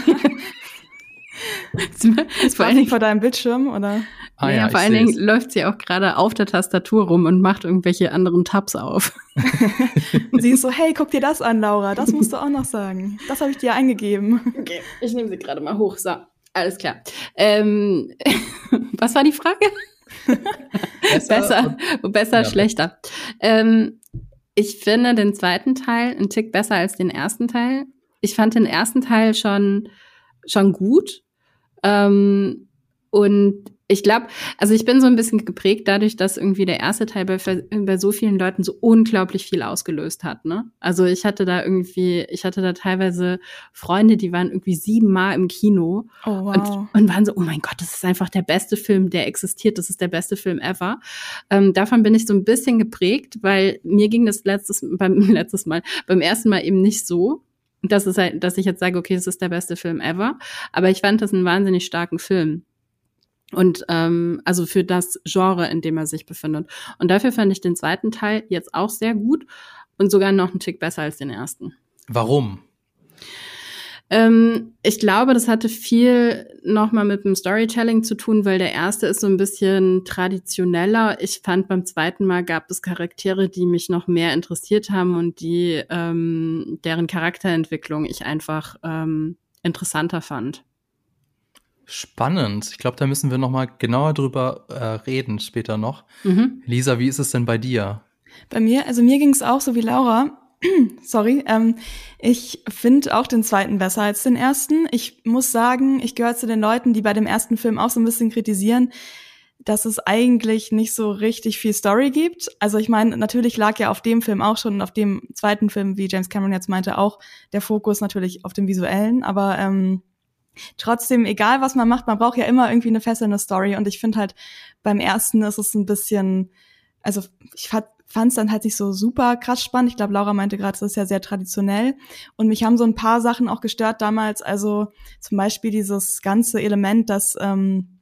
Ist vor allen Dingen vor deinem Bildschirm, oder? Ah, ja, ja, vor allen Dingen läuft sie auch gerade auf der Tastatur rum und macht irgendwelche anderen Tabs auf. Und sie ist so, hey, guck dir das an, Laura, das musst du auch noch sagen. Das habe ich dir eingegeben. Okay, ich nehme sie gerade mal hoch. So, alles klar. Ähm, was war die Frage? Besser, besser, besser ja, schlechter. Ähm, ich finde den zweiten Teil einen Tick besser als den ersten Teil. Ich fand den ersten Teil schon, schon gut. Ähm, und Ich glaube, also ich bin so ein bisschen geprägt dadurch, dass irgendwie der erste Teil bei, bei so vielen Leuten so unglaublich viel ausgelöst hat, ne? Also ich hatte da irgendwie, ich hatte da teilweise Freunde, die waren irgendwie siebenmal im Kino Oh, wow. und, und waren so, oh mein Gott, das ist einfach der beste Film, der existiert, das ist der beste Film ever. Ähm, davon bin ich so ein bisschen geprägt, weil mir ging das letztes, beim letztes Mal, beim ersten Mal eben nicht so. Das ist halt, dass ich jetzt sage, okay, das ist der beste Film ever. Aber ich fand das einen wahnsinnig starken Film. Und ähm, also für das Genre, in dem er sich befindet. Und dafür fand ich den zweiten Teil jetzt auch sehr gut und sogar noch einen Tick besser als den ersten. Warum? Ähm, ich glaube, das hatte viel nochmal mit dem Storytelling zu tun, weil der erste ist so ein bisschen traditioneller. Ich fand, beim zweiten Mal gab es Charaktere, die mich noch mehr interessiert haben und die ähm, deren Charakterentwicklung ich einfach ähm, interessanter fand. Spannend. Ich glaube, da müssen wir noch mal genauer drüber äh, reden später noch. Mhm. Lisa, wie ist es denn bei dir? Bei mir, also mir ging es auch so wie Laura. Sorry, ähm, ich finde auch den zweiten besser als den ersten. Ich muss sagen, ich gehöre zu den Leuten, die bei dem ersten Film auch so ein bisschen kritisieren, dass es eigentlich nicht so richtig viel Story gibt. Also ich meine, natürlich lag ja auf dem Film auch schon und auf dem zweiten Film, wie James Cameron jetzt meinte, auch der Fokus natürlich auf dem Visuellen, aber ähm, trotzdem, egal was man macht, man braucht ja immer irgendwie eine fesselnde Story. Und ich finde halt, beim ersten ist es ein bisschen, also ich fand es dann halt nicht so super krass spannend. Ich glaube, Laura meinte gerade, das ist ja sehr traditionell. Und mich haben so ein paar Sachen auch gestört damals. Also zum Beispiel dieses ganze Element, dass, ähm,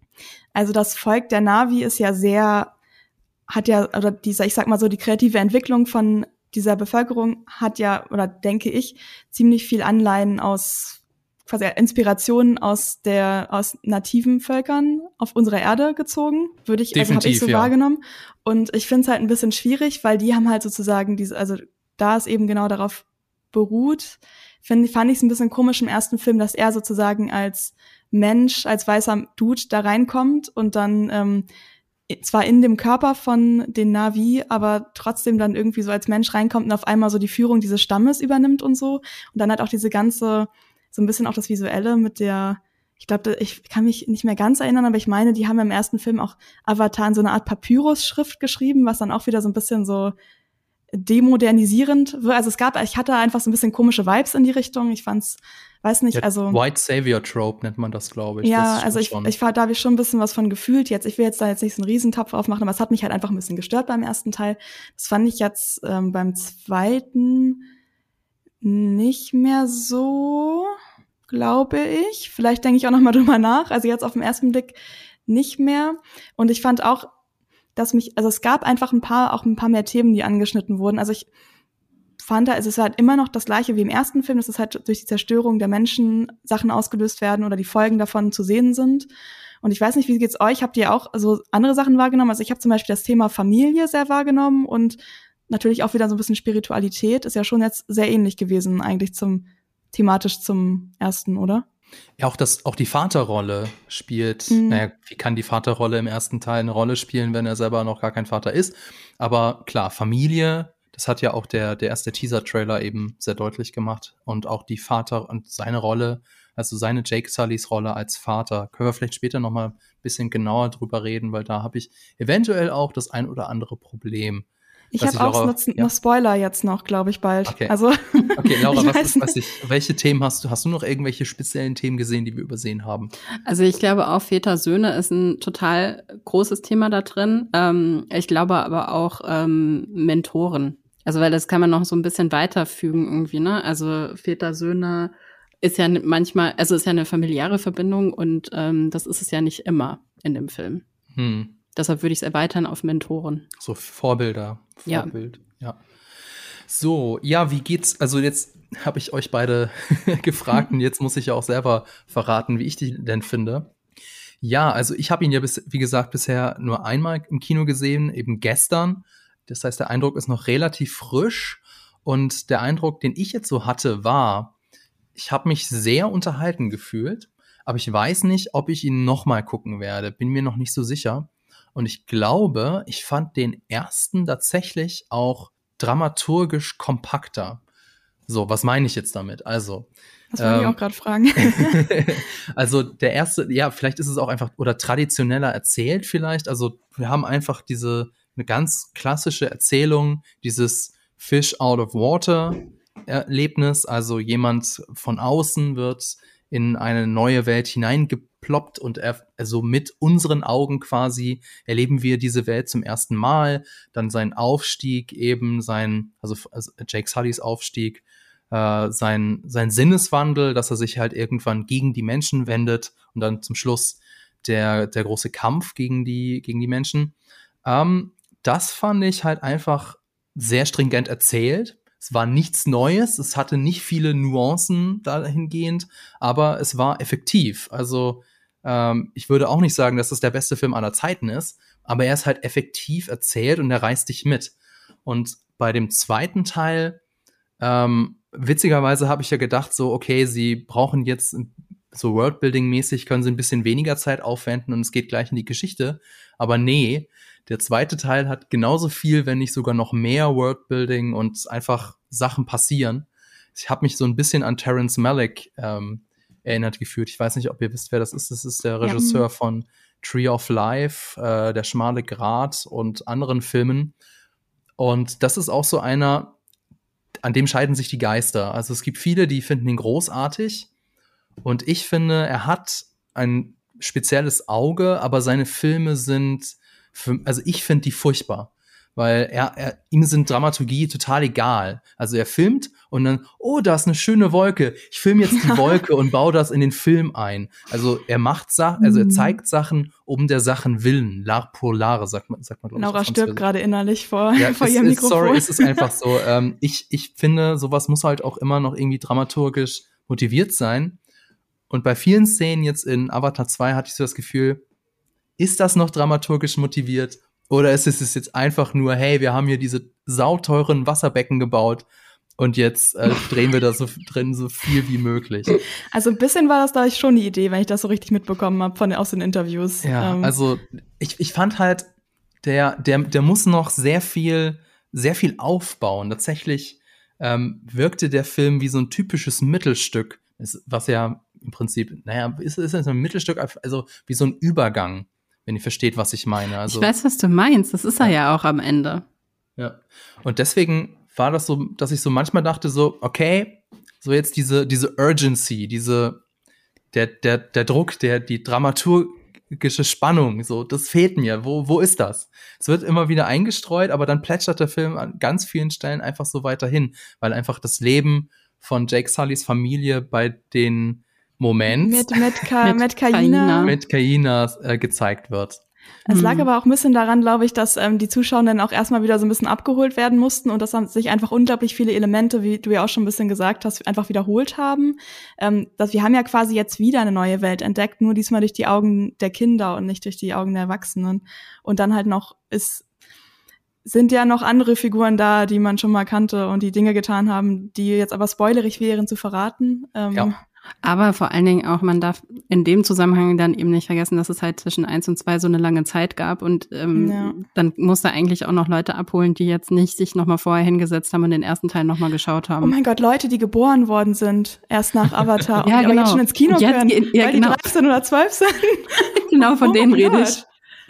also das Volk der Na'vi ist ja sehr, hat ja, oder dieser, ich sag mal so, die kreative Entwicklung von dieser Bevölkerung hat ja, oder denke ich, ziemlich viel Anleihen aus quasi Inspirationen aus der aus nativen Völkern auf unserer Erde gezogen, würde ich, also habe ich so ja. wahrgenommen. Und ich finde es halt ein bisschen schwierig, weil die haben halt sozusagen diese, also da es eben genau darauf beruht, find, fand ich es ein bisschen komisch im ersten Film, dass er sozusagen als Mensch, als weißer Dude da reinkommt und dann ähm, zwar in dem Körper von den Na'vi, aber trotzdem dann irgendwie so als Mensch reinkommt und auf einmal so die Führung dieses Stammes übernimmt und so. Und dann halt auch diese ganze, so ein bisschen auch das Visuelle mit der, ich glaube, ich kann mich nicht mehr ganz erinnern, aber ich meine, die haben im ersten Film auch Avatar in so eine Art Papyrus-Schrift geschrieben, was dann auch wieder so ein bisschen so demodernisierend wird. Also es gab, ich hatte einfach so ein bisschen komische Vibes in die Richtung. Ich fand's, weiß nicht, ja, also White Savior Trope nennt man das, glaube ich. Ja, das also ich, schon. ich da habe ich schon ein bisschen was von gefühlt jetzt. Ich will jetzt da jetzt nicht so einen Riesentopf aufmachen, aber es hat mich halt einfach ein bisschen gestört beim ersten Teil. Das fand ich jetzt ähm, beim zweiten nicht mehr so, glaube ich. Vielleicht denke ich auch noch mal drüber nach. Also jetzt auf den ersten Blick nicht mehr. Und ich fand auch, dass mich, also es gab einfach ein paar, auch ein paar mehr Themen, die angeschnitten wurden. Also ich fand da, es ist halt immer noch das Gleiche wie im ersten Film, dass es halt durch die Zerstörung der Menschen Sachen ausgelöst werden oder die Folgen davon zu sehen sind. Und ich weiß nicht, wie geht's euch? Habt ihr auch so andere Sachen wahrgenommen? Also ich habe zum Beispiel das Thema Familie sehr wahrgenommen und natürlich auch wieder so ein bisschen Spiritualität. Ist ja schon jetzt sehr ähnlich gewesen eigentlich zum thematisch zum ersten, oder? Ja, auch das, auch die Vaterrolle spielt, Mhm. naja, wie kann die Vaterrolle im ersten Teil eine Rolle spielen, wenn er selber noch gar kein Vater ist? Aber klar, Familie, das hat ja auch der, der erste Teaser-Trailer eben sehr deutlich gemacht. Und auch die Vater und seine Rolle, also seine Jake Sullys Rolle als Vater, können wir vielleicht später noch mal ein bisschen genauer drüber reden, weil da habe ich eventuell auch das ein oder andere Problem. Ich Was habe auch Laura- noch, ja? noch Spoiler jetzt noch, glaube ich, bald. Okay. Also Okay, Laura, ich was, weiß ist, was ich, welche Themen hast du? Hast du noch irgendwelche speziellen Themen gesehen, die wir übersehen haben? Also ich glaube auch Väter-Söhne ist ein total großes Thema da drin. Ähm, ich glaube aber auch ähm, Mentoren. Also weil das kann man noch so ein bisschen weiterfügen irgendwie, ne? Also Väter-Söhne ist ja manchmal, also ist ja eine familiäre Verbindung und ähm, das ist es ja nicht immer in dem Film. Hm. Deshalb würde ich es erweitern auf Mentoren. So Vorbilder. Ja. Vorbild, ja. So, ja, wie geht's? Also jetzt habe ich euch beide gefragt und jetzt muss ich ja auch selber verraten, wie ich die denn finde. Ja, also ich habe ihn ja, bis, wie gesagt, bisher nur einmal im Kino gesehen, eben gestern. Das heißt, der Eindruck ist noch relativ frisch. Und der Eindruck, den ich jetzt so hatte, war, ich habe mich sehr unterhalten gefühlt, aber ich weiß nicht, ob ich ihn noch mal gucken werde. Bin mir noch nicht so sicher. Und ich glaube, ich fand den ersten tatsächlich auch dramaturgisch kompakter. So, was meine ich jetzt damit? Also, das wollte ähm, ich auch gerade fragen. Also der erste, ja, vielleicht ist es auch einfach oder traditioneller erzählt vielleicht. Also wir haben einfach diese eine ganz klassische Erzählung, dieses Fish out of water Erlebnis. Also jemand von außen wird in eine neue Welt hineingeploppt und er, also mit unseren Augen quasi erleben wir diese Welt zum ersten Mal. Dann sein Aufstieg eben, sein, also, also Jake Sullys Aufstieg, Uh, sein, sein Sinneswandel, dass er sich halt irgendwann gegen die Menschen wendet und dann zum Schluss der, der große Kampf gegen die, gegen die Menschen. Um, das fand ich halt einfach sehr stringent erzählt. Es war nichts Neues, es hatte nicht viele Nuancen dahingehend, aber es war effektiv. Also ähm, ich würde auch nicht sagen, dass es der beste Film aller Zeiten ist, aber er ist halt effektiv erzählt und er reißt dich mit. Und bei dem zweiten Teil ähm, witzigerweise habe ich ja gedacht, so, okay, sie brauchen jetzt so Worldbuilding-mäßig, können sie ein bisschen weniger Zeit aufwenden und es geht gleich in die Geschichte. Aber nee, der zweite Teil hat genauso viel, wenn nicht sogar noch mehr Worldbuilding und einfach Sachen passieren. Ich habe mich so ein bisschen an Terrence Malick ähm, erinnert gefühlt. Ich weiß nicht, ob ihr wisst, wer das ist. Das ist der Regisseur ja. von Tree of Life, äh, Der schmale Grat und anderen Filmen. Und das ist auch so einer, an dem scheiden sich die Geister. Also es gibt viele, die finden ihn großartig. Und ich finde, er hat ein spezielles Auge, aber seine Filme sind, für, also ich finde die furchtbar. Weil er, er, ihm sind Dramaturgie total egal. Also er filmt und dann, oh, da ist eine schöne Wolke. Ich filme jetzt die Wolke und baue das in den Film ein. Also er macht Sachen, also er zeigt Sachen um der Sachen willen. L'art pour l'art, sagt man, sagt man, glaube ich. Laura stirbt gerade innerlich vor, ja, vor es, ihrem es, Mikrofon. Sorry, es ist einfach so. Ähm, ich, ich finde, sowas muss halt auch immer noch irgendwie dramaturgisch motiviert sein. Und bei vielen Szenen jetzt in Avatar zwei hatte ich so das Gefühl, ist das noch dramaturgisch motiviert? Oder ist es jetzt einfach nur, hey, wir haben hier diese sauteuren Wasserbecken gebaut und jetzt äh, drehen wir da so drin so viel wie möglich. Also ein bisschen war das, glaube ich, schon die Idee, wenn ich das so richtig mitbekommen habe von aus den Interviews. Ja, ähm. also ich, ich fand halt, der, der, der muss noch sehr viel, sehr viel aufbauen. Tatsächlich ähm, wirkte der Film wie so ein typisches Mittelstück, was ja im Prinzip, naja, ist, ist ein Mittelstück, also wie so ein Übergang. Wenn ihr versteht, was ich meine. Also, ich weiß, was du meinst. Das ist er ja. ja auch am Ende. Ja. Und deswegen war das so, dass ich so manchmal dachte so, okay, so jetzt diese, diese Urgency, diese, der, der, der Druck, der, die dramaturgische Spannung, so, das fehlt mir. Wo, wo ist das? Es wird immer wieder eingestreut, aber dann plätschert der Film an ganz vielen Stellen einfach so weiterhin, weil einfach das Leben von Jake Sullys Familie bei den Moment mit, mit, Ka- mit Kaina, mit Kaina äh, gezeigt wird. Es lag aber auch ein bisschen daran, glaube ich, dass ähm, die Zuschauer dann auch erstmal wieder so ein bisschen abgeholt werden mussten und dass dann sich einfach unglaublich viele Elemente, wie du ja auch schon ein bisschen gesagt hast, einfach wiederholt haben. Ähm, dass wir haben ja quasi jetzt wieder eine neue Welt entdeckt, nur diesmal durch die Augen der Kinder und nicht durch die Augen der Erwachsenen. Und dann halt noch ist sind ja noch andere Figuren da, die man schon mal kannte und die Dinge getan haben, die jetzt aber spoilerig wären zu verraten. Ähm, ja. Aber vor allen Dingen auch, man darf in dem Zusammenhang dann eben nicht vergessen, dass es halt zwischen eins und zwei so eine lange Zeit gab und ähm, ja. dann muss da eigentlich auch noch Leute abholen, die jetzt nicht sich nochmal vorher hingesetzt haben und den ersten Teil nochmal geschaut haben. Oh mein Gott, Leute, die geboren worden sind, erst nach Avatar ja, und genau. jetzt schon ins Kino jetzt, können, ja, weil genau. die dreizehn oder zwölf sind. Genau, von oh denen rede ich.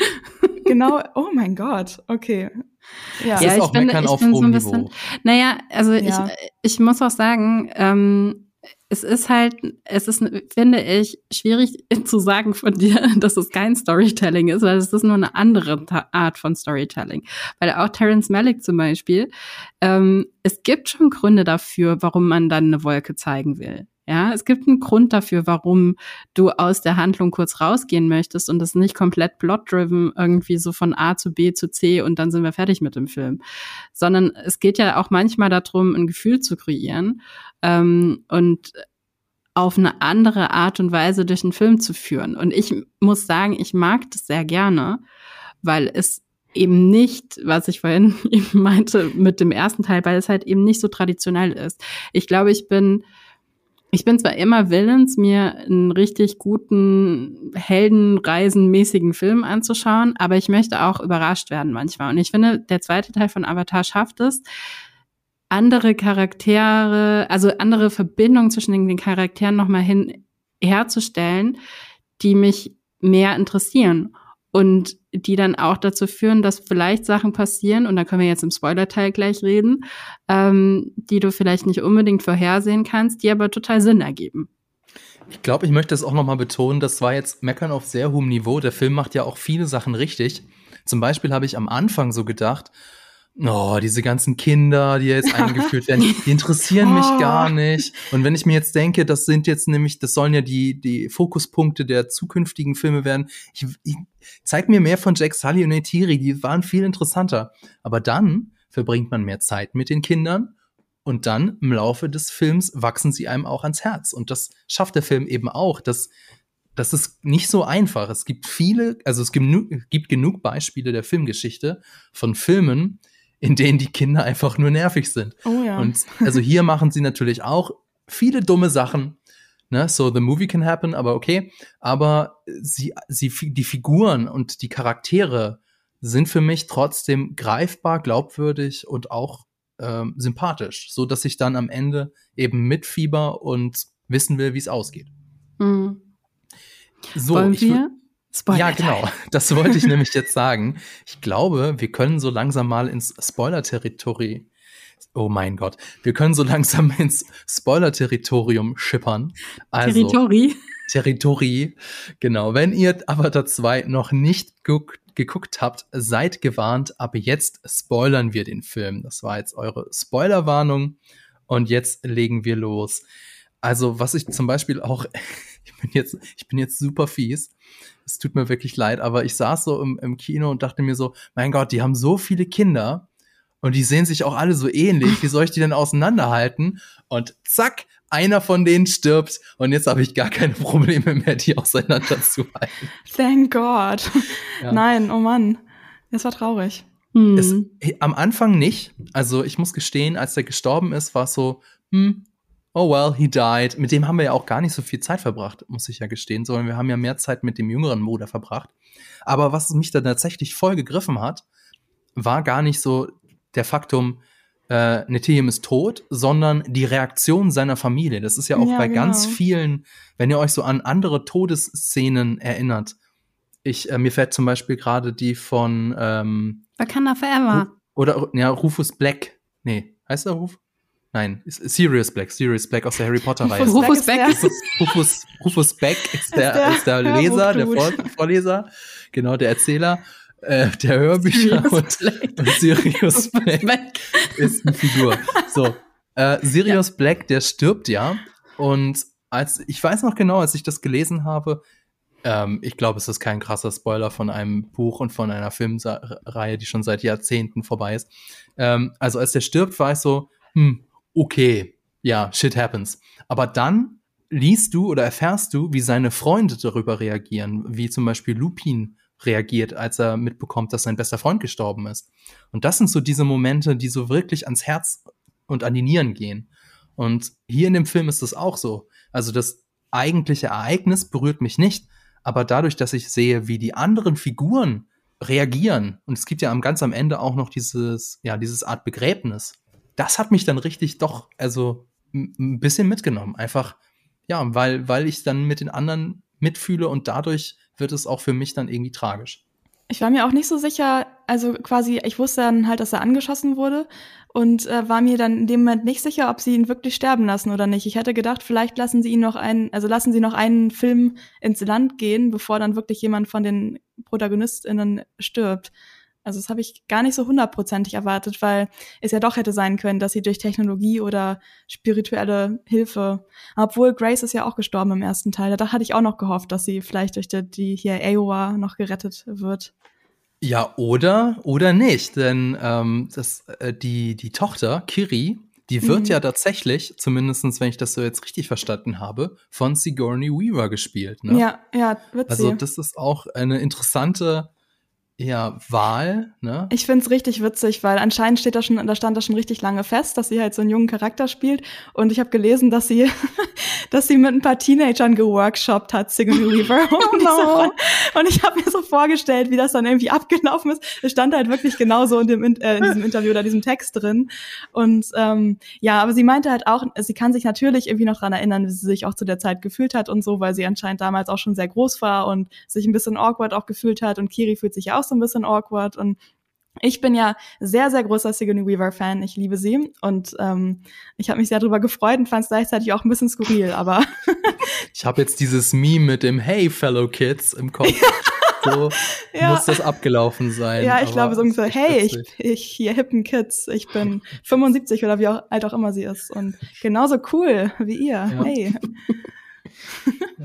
Genau, oh mein Gott, okay. Ja, ja, ich, bin, ich bin so ein bisschen, naja, also ja. ich, ich muss auch sagen, ähm, es ist halt, es ist, finde ich, schwierig zu sagen von dir, dass es kein Storytelling ist, weil es ist nur eine andere Art von Storytelling. Weil auch Terrence Malick zum Beispiel, ähm, es gibt schon Gründe dafür, warum man dann eine Wolke zeigen will. Ja, es gibt einen Grund dafür, warum du aus der Handlung kurz rausgehen möchtest und das nicht komplett plot-driven irgendwie so von A zu B zu C und dann sind wir fertig mit dem Film. Sondern es geht ja auch manchmal darum, ein Gefühl zu kreieren ähm, und auf eine andere Art und Weise durch den Film zu führen. Und ich muss sagen, ich mag das sehr gerne, weil es eben nicht, was ich vorhin eben meinte mit dem ersten Teil, weil es halt eben nicht so traditionell ist. Ich glaube, ich bin Ich bin zwar immer willens, mir einen richtig guten, heldenreisenmäßigen Film anzuschauen, aber ich möchte auch überrascht werden manchmal. Und ich finde, der zweite Teil von Avatar schafft es, andere Charaktere, also andere Verbindungen zwischen den Charakteren nochmal hin herzustellen, die mich mehr interessieren und die dann auch dazu führen, dass vielleicht Sachen passieren, und da können wir jetzt im Spoiler-Teil gleich reden, ähm, die du vielleicht nicht unbedingt vorhersehen kannst, die aber total Sinn ergeben. Ich glaube, ich möchte es auch noch mal betonen, das war jetzt Meckern auf sehr hohem Niveau. Der Film macht ja auch viele Sachen richtig. Zum Beispiel habe ich am Anfang so gedacht, oh, diese ganzen Kinder, die jetzt eingeführt werden, die interessieren mich gar nicht. Und wenn ich mir jetzt denke, das sind jetzt nämlich, das sollen ja die, die Fokuspunkte der zukünftigen Filme werden. Ich, ich zeig mir mehr von Jake Sully und Neytiri, die waren viel interessanter. Aber dann verbringt man mehr Zeit mit den Kindern und dann im Laufe des Films wachsen sie einem auch ans Herz. Und das schafft der Film eben auch. Das, das ist nicht so einfach. Es gibt viele, also es gibt, gibt genug Beispiele der Filmgeschichte von Filmen, in denen die Kinder einfach nur nervig sind. Oh ja. Und also hier machen sie natürlich auch viele dumme Sachen, ne? So the movie can happen, aber okay. Aber sie, sie, die Figuren und die Charaktere sind für mich trotzdem greifbar, glaubwürdig und auch ähm, sympathisch, so dass ich dann am Ende eben mitfieber und wissen will, wie es ausgeht. Mhm. So, Wollen ich wir? Spoiler Ja, genau. Das wollte ich nämlich jetzt sagen. Ich glaube, wir können so langsam mal ins Spoiler-Territorium. Oh mein Gott. Wir können so langsam ins Spoiler-Territorium schippern. Also, Territori. Territori. Genau. Wenn ihr Avatar zwei noch nicht geguckt, geguckt habt, seid gewarnt. Ab jetzt spoilern wir den Film. Das war jetzt eure Spoilerwarnung. Und jetzt legen wir los. Also, was ich zum Beispiel auch, ich bin jetzt, ich bin jetzt super fies. Es tut mir wirklich leid, aber ich saß so im, im Kino und dachte mir so, mein Gott, die haben so viele Kinder und die sehen sich auch alle so ähnlich. Wie soll ich die denn auseinanderhalten? Und zack, einer von denen stirbt und jetzt habe ich gar keine Probleme mehr, die auseinanderzuhalten. Thank God. Ja. Nein, oh Mann. Das war traurig. Hm. Es, am Anfang nicht. Also ich muss gestehen, als der gestorben ist, war es so, hm, oh well, he died. Mit dem haben wir ja auch gar nicht so viel Zeit verbracht, muss ich ja gestehen, sondern wir haben ja mehr Zeit mit dem jüngeren Bruder verbracht. Aber was mich da tatsächlich voll gegriffen hat, war gar nicht so der Faktum, äh, Neteyam ist tot, sondern die Reaktion seiner Familie. Das ist ja auch Ja, bei genau. ganz vielen, wenn ihr euch so an andere Todesszenen erinnert. Ich, äh, mir fällt zum Beispiel gerade die von ähm, Wakanda Forever. oder ja, Rufus Black. Nee, heißt er Rufus? Nein, ist Sirius Black, Sirius Black aus der Harry Potter-Reihe. Rufus Rufus Black Beck ist ist Rufus, Rufus Beck ist der, der ist der Leser, der Vor Hörbuchdude. Vorleser, genau, der Erzähler äh, der Hörbücher. Sirius und, und Sirius Black Beck. ist eine Figur. So, äh, Sirius Black, der stirbt ja. Und als ich weiß noch genau, als ich das gelesen habe, ähm, ich glaube, es ist kein krasser Spoiler von einem Buch und von einer Filmreihe, die schon seit Jahrzehnten vorbei ist. Ähm, also als der stirbt, war ich so, hm, okay, ja, shit happens. Aber dann liest du oder erfährst du, wie seine Freunde darüber reagieren, wie zum Beispiel Lupin reagiert, als er mitbekommt, dass sein bester Freund gestorben ist. Und das sind so diese Momente, die so wirklich ans Herz und an die Nieren gehen. Und hier in dem Film ist das auch so. Also das eigentliche Ereignis berührt mich nicht, aber dadurch, dass ich sehe, wie die anderen Figuren reagieren, und es gibt ja am ganz am Ende auch noch dieses, ja, dieses Art Begräbnis, das hat mich dann richtig doch, also ein bisschen mitgenommen. Einfach, ja, weil, weil ich dann mit den anderen mitfühle und dadurch wird es auch für mich dann irgendwie tragisch. Ich war mir auch nicht so sicher, also quasi, ich wusste dann halt, dass er angeschossen wurde und äh, war mir dann in dem Moment nicht sicher, ob sie ihn wirklich sterben lassen oder nicht. Ich hätte gedacht, vielleicht lassen sie ihn noch einen, also lassen sie noch einen Film ins Land gehen, bevor dann wirklich jemand von den ProtagonistInnen stirbt. Also das habe ich gar nicht so hundertprozentig erwartet, weil es ja doch hätte sein können, dass sie durch Technologie oder spirituelle Hilfe, obwohl Grace ist ja auch gestorben im ersten Teil, da hatte ich auch noch gehofft, dass sie vielleicht durch die, die hier Aowa noch gerettet wird. Ja, oder, oder nicht, denn ähm, das, äh, die, die Tochter, Kiri, die wird Mhm. ja tatsächlich, zumindest wenn ich das so jetzt richtig verstanden habe, von Sigourney Weaver gespielt. Ne? Ja, ja, wird Also sie. das ist auch eine interessante ja, Wahl, ne? Ich find's richtig witzig, weil anscheinend steht da schon, da stand da schon richtig lange fest, dass sie halt so einen jungen Charakter spielt. Und ich habe gelesen, dass sie, dass sie mit ein paar Teenagern geworkshoppt hat, Sigourney Weaver. Oh Und, no. so, und ich habe mir so vorgestellt, wie das dann irgendwie abgelaufen ist. Es stand halt wirklich genauso in dem äh, in diesem Interview oder diesem Text drin. Und ähm, ja, aber sie meinte halt auch, sie kann sich natürlich irgendwie noch dran erinnern, wie sie sich auch zu der Zeit gefühlt hat und so, weil sie anscheinend damals auch schon sehr groß war und sich ein bisschen awkward auch gefühlt hat. Und Kiri fühlt sich ja auch so ein bisschen awkward. Und ich bin ja sehr, sehr großer Sigourney Weaver-Fan. Ich liebe sie. Und ähm, ich habe mich sehr darüber gefreut und fand es gleichzeitig auch ein bisschen skurril. Aber ich habe jetzt dieses Meme mit dem Hey, Fellow Kids im Kopf. So ja. muss das abgelaufen sein. Ja, ich glaube so ungefähr, hey, ich, witzig. ich hier hippen Kids, ich bin fünfundsiebzig oder wie auch, alt auch immer sie ist. Und genauso cool wie ihr. Ja. Hey. Ja.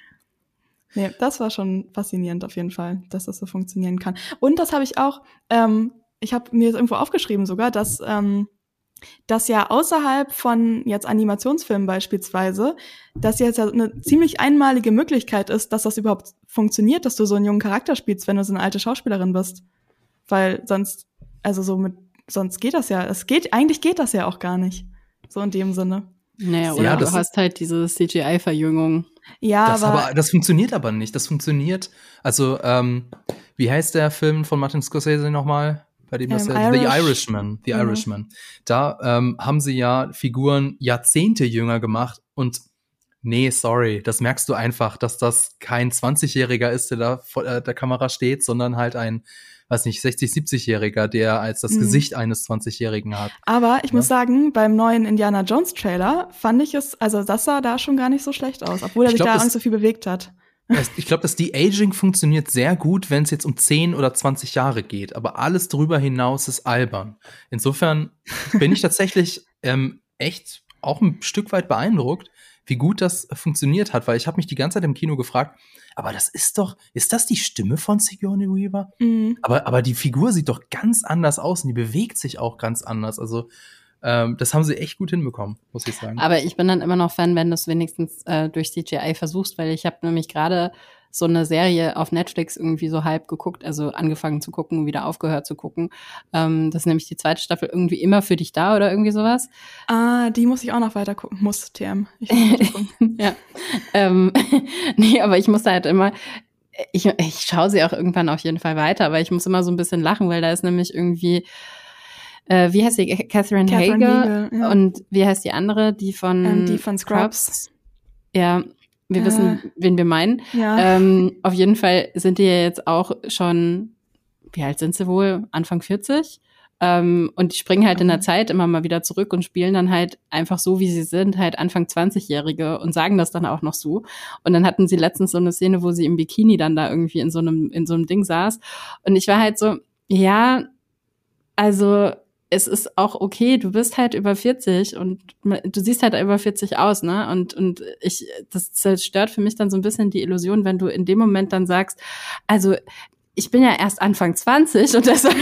Nee, das war schon faszinierend auf jeden Fall, dass das so funktionieren kann. Und das habe ich auch, ähm, ich habe mir irgendwo aufgeschrieben sogar, dass ähm, dass ja außerhalb von jetzt Animationsfilmen beispielsweise, dass jetzt ja eine ziemlich einmalige Möglichkeit ist, dass das überhaupt funktioniert, dass du so einen jungen Charakter spielst, wenn du so eine alte Schauspielerin bist. Weil sonst, also so mit, sonst geht das ja, es geht, eigentlich geht das ja auch gar nicht. So in dem Sinne. Naja, oder ja, du hast halt diese C G I-Verjüngung. Ja, das aber, aber das funktioniert aber nicht. Das funktioniert, also, ähm, wie heißt der Film von Martin Scorsese nochmal? Bei dem das ähm, ja, The Irish. Irishman. The Mhm. Irishman. Da ähm, haben sie ja Figuren Jahrzehnte jünger gemacht und nee, sorry, das merkst du einfach, dass das kein zwanzigjähriger ist, der da vor äh, der Kamera steht, sondern halt ein, weiß nicht, sechzig-, siebzigjähriger, der als das Mhm. Gesicht eines zwanzigjährigen hat. aber ich Ja. muss sagen, beim neuen Indiana Jones Trailer fand ich es, also das sah da schon gar nicht so schlecht aus, obwohl er Ich sich glaub, da das- auch nicht so viel bewegt hat. Ich glaube, dass die Aging funktioniert sehr gut, wenn es jetzt um zehn oder zwanzig Jahre geht. Aber alles darüber hinaus ist albern. Insofern bin ich tatsächlich ähm, echt auch ein Stück weit beeindruckt, wie gut das funktioniert hat. Weil ich habe mich die ganze Zeit im Kino gefragt, aber das ist doch, ist das die Stimme von Sigourney Weaver? Mhm. Aber, aber die Figur sieht doch ganz anders aus und die bewegt sich auch ganz anders. Also ähm, das haben sie echt gut hinbekommen, muss ich sagen. Aber ich bin dann immer noch Fan, wenn du es wenigstens äh, durch C G I versuchst, weil ich habe nämlich gerade so eine Serie auf Netflix irgendwie so halb geguckt, also angefangen zu gucken, wieder aufgehört zu gucken. Ähm, das ist nämlich die zweite Staffel irgendwie immer für dich da oder irgendwie sowas. Ah, die muss ich auch noch weiter gucken. Muss, T M. Ich muss weiter gucken. Ja. ähm, nee, aber ich muss da halt immer, ich, ich schaue sie auch irgendwann auf jeden Fall weiter, aber ich muss immer so ein bisschen lachen, weil da ist nämlich irgendwie Äh, wie heißt die? Catherine, Catherine Hager. Hegel, ja. Und wie heißt die andere? Die von, Ähm, die von Scrubs. Ja, wir Äh, wissen, wen wir meinen. Ja. Ähm, auf jeden Fall sind die ja jetzt auch schon, wie alt sind sie wohl? Anfang vierzig? Ähm, und die springen halt in der Zeit immer mal wieder zurück und spielen dann halt einfach so, wie sie sind, halt Anfang zwanzigjährige und sagen das dann auch noch so. Und dann hatten sie letztens so eine Szene, wo sie im Bikini dann da irgendwie in so einem, in so einem Ding saß. Und ich war halt so, ja, also es ist auch okay, du bist halt über vierzig und du siehst halt über vierzig aus, ne? Und, und ich, das zerstört für mich dann so ein bisschen die Illusion, wenn du in dem Moment dann sagst, also ich bin ja erst Anfang zwanzig und deshalb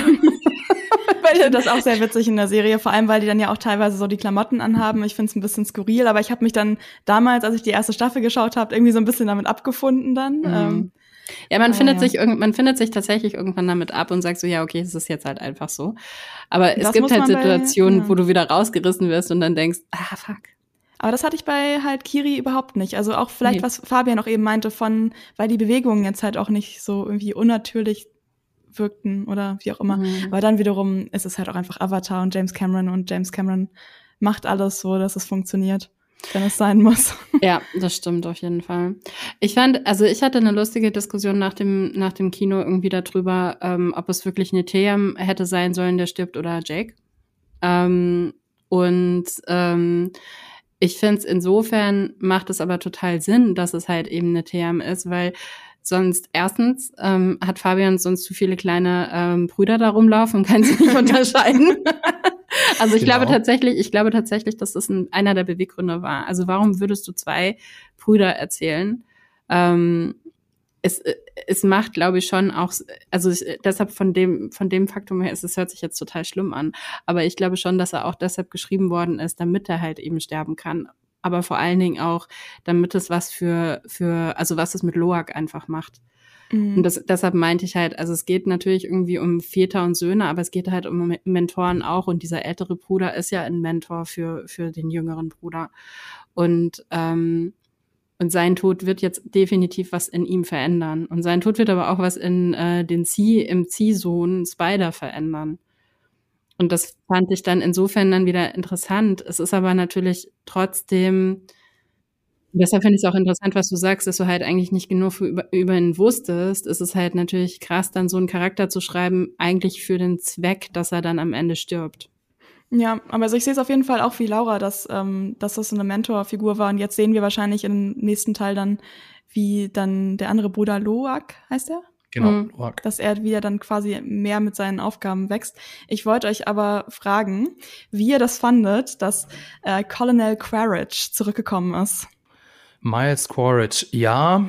Ich finde das auch sehr witzig in der Serie, vor allem, weil die dann ja auch teilweise so die Klamotten anhaben. Ich finde es ein bisschen skurril, aber ich habe mich dann damals, als ich die erste Staffel geschaut habe, irgendwie so ein bisschen damit abgefunden dann. Mhm. Ähm, Ja, man Ah, findet ja. sich irgend, man findet sich tatsächlich irgendwann damit ab und sagt so, ja, okay, es ist jetzt halt einfach so. Aber es Das gibt muss halt man bei- Situationen, ja. wo du wieder rausgerissen wirst und dann denkst, ah, fuck. aber das hatte ich bei halt Kiri überhaupt nicht. Also auch vielleicht, Nee. was Fabian auch eben meinte, von, weil die Bewegungen jetzt halt auch nicht so irgendwie unnatürlich wirkten oder wie auch immer. Mhm. Aber dann wiederum ist es halt auch einfach Avatar und James Cameron und James Cameron macht alles so, dass es funktioniert, wenn es sein muss. Ja, das stimmt auf jeden Fall. Ich fand, also ich hatte eine lustige Diskussion nach dem, nach dem Kino irgendwie darüber, ähm, ob es wirklich eine Taeyam hätte sein sollen, der stirbt, oder Jake. Ähm, und ähm, ich finde es insofern macht es aber total Sinn, dass es halt eben eine Taeyam ist, weil sonst erstens ähm, hat Fabian sonst zu viele kleine ähm, Brüder da rumlaufen und kann sie nicht unterscheiden. Also ich Genau. glaube tatsächlich, ich glaube tatsächlich, dass das ein, einer der Beweggründe war. Also warum würdest du zwei Brüder erzählen? Ähm, es, es macht, glaube ich, schon auch, also ich, deshalb von dem, von dem Faktum her ist, es hört sich jetzt total schlimm an, aber ich glaube schon, dass er auch deshalb geschrieben worden ist, damit er halt eben sterben kann. Aber vor allen Dingen auch, damit es was für, für, also was es mit Loak einfach macht. Mhm. Und das, deshalb meinte ich halt, also es geht natürlich irgendwie um Väter und Söhne, aber es geht halt um Mentoren auch. Und dieser ältere Bruder ist ja ein Mentor für für den jüngeren Bruder. Und ähm, und sein Tod wird jetzt definitiv was in ihm verändern. Und sein Tod wird aber auch was in äh, den Zieh, im Ziehsohn Spider verändern. Und das fand ich dann insofern dann wieder interessant. Es ist aber natürlich trotzdem, deshalb finde ich es auch interessant, was du sagst, dass du halt eigentlich nicht genug für über, über ihn wusstest. Es ist halt natürlich krass, dann so einen Charakter zu schreiben, eigentlich für den Zweck, dass er dann am Ende stirbt. Ja, aber also ich sehe es auf jeden Fall auch wie Laura, dass, ähm, dass das so eine Mentorfigur war. Und jetzt sehen wir wahrscheinlich im nächsten Teil dann, wie dann der andere Bruder Loak, heißt er? Genau, mhm. Loak. Dass er wieder dann quasi mehr mit seinen Aufgaben wächst. Ich wollte euch aber fragen, wie ihr das fandet, dass äh, Colonel Quaritch zurückgekommen ist. Miles Quaritch, ja.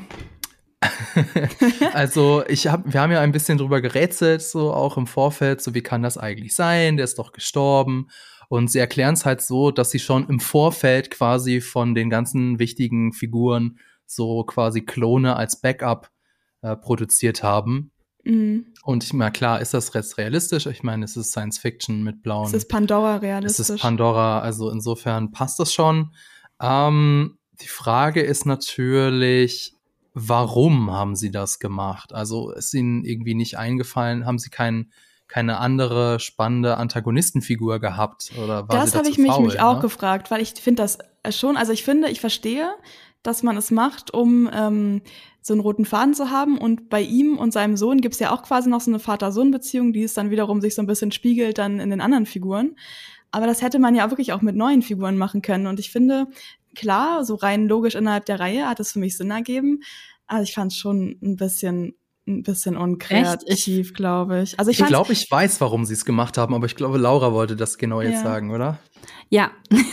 Also ich hab, wir haben ja ein bisschen drüber gerätselt, so auch im Vorfeld, so wie kann das eigentlich sein, der ist doch gestorben. Und sie erklären es halt so, dass sie schon im Vorfeld quasi von den ganzen wichtigen Figuren so quasi Klone als Backup äh, produziert haben. Mhm. Und ich meine, klar, ist das jetzt realistisch? Ich meine, es ist Science Fiction mit blauen. Es ist Pandora realistisch. Es ist Pandora, also insofern passt das schon. Ähm, die Frage ist natürlich, warum haben sie das gemacht? Also ist ihnen irgendwie nicht eingefallen, haben sie kein, keine andere spannende Antagonistenfigur gehabt? Oder war das habe ich faul, mich, mich ne? auch gefragt, weil ich finde das schon, also ich finde, ich verstehe, dass man es macht, um ähm, so einen roten Faden zu haben. Und bei ihm und seinem Sohn gibt's ja auch quasi noch so eine Vater-Sohn-Beziehung, die es dann wiederum sich so ein bisschen spiegelt dann in den anderen Figuren. Aber das hätte man ja wirklich auch mit neuen Figuren machen können. Und ich finde, klar, so rein logisch innerhalb der Reihe hat es für mich Sinn ergeben. Aber ich fand es schon ein bisschen, ein bisschen unkreativ, glaube ich. Also ich, ich glaube, ich weiß, warum sie es gemacht haben, aber ich glaube, Laura wollte das genau jetzt ja. sagen, oder? Ja.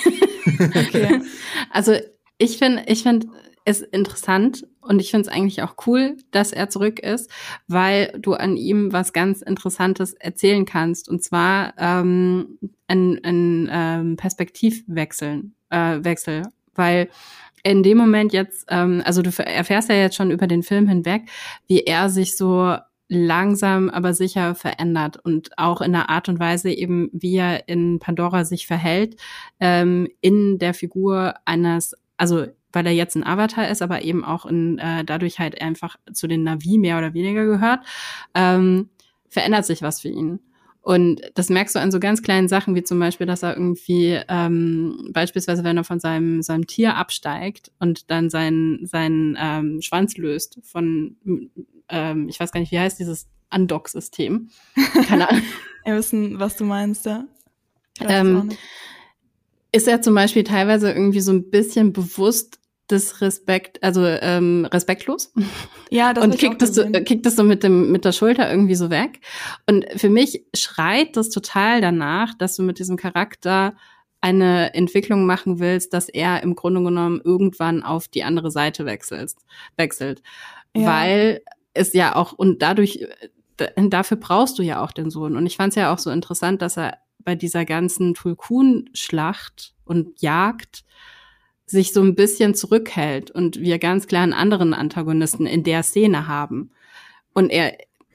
Okay. Also ich finde, ich finde es interessant und ich finde es eigentlich auch cool, dass er zurück ist, weil du an ihm was ganz Interessantes erzählen kannst, und zwar ähm, ein, ein ähm, Perspektivwechsel, äh, Wechsel, weil in dem Moment jetzt, ähm, also du erfährst ja jetzt schon über den Film hinweg, wie er sich so langsam, aber sicher verändert und auch in der Art und Weise eben, wie er in Pandora sich verhält, ähm, in der Figur eines, also weil er jetzt ein Avatar ist, aber eben auch in, äh, dadurch halt einfach zu den Na'vi mehr oder weniger gehört, ähm, verändert sich was für ihn. Und das merkst du an so ganz kleinen Sachen, wie zum Beispiel, dass er irgendwie ähm, beispielsweise, wenn er von seinem seinem Tier absteigt und dann seinen seinen ähm, Schwanz löst von, ähm, ich weiß gar nicht, wie heißt dieses Undock-System? Keine Ahnung. Wir wissen, was du meinst, ja. Ähm, ist er zum Beispiel teilweise irgendwie so ein bisschen bewusst des Respekt, also ähm, respektlos. Ja, das und kickt das, so, kickt das so mit dem mit der Schulter irgendwie so weg. Und für mich schreit das total danach, dass du mit diesem Charakter eine Entwicklung machen willst, dass er im Grunde genommen irgendwann auf die andere Seite wechselt, wechselt. Ja. Weil es ja auch, und dadurch, dafür brauchst du ja auch den Sohn. Und ich fand es ja auch so interessant, dass er bei dieser ganzen Tulkun-Schlacht und Jagd sich so ein bisschen zurückhält und wir ganz klar einen anderen Antagonisten in der Szene haben. Und er,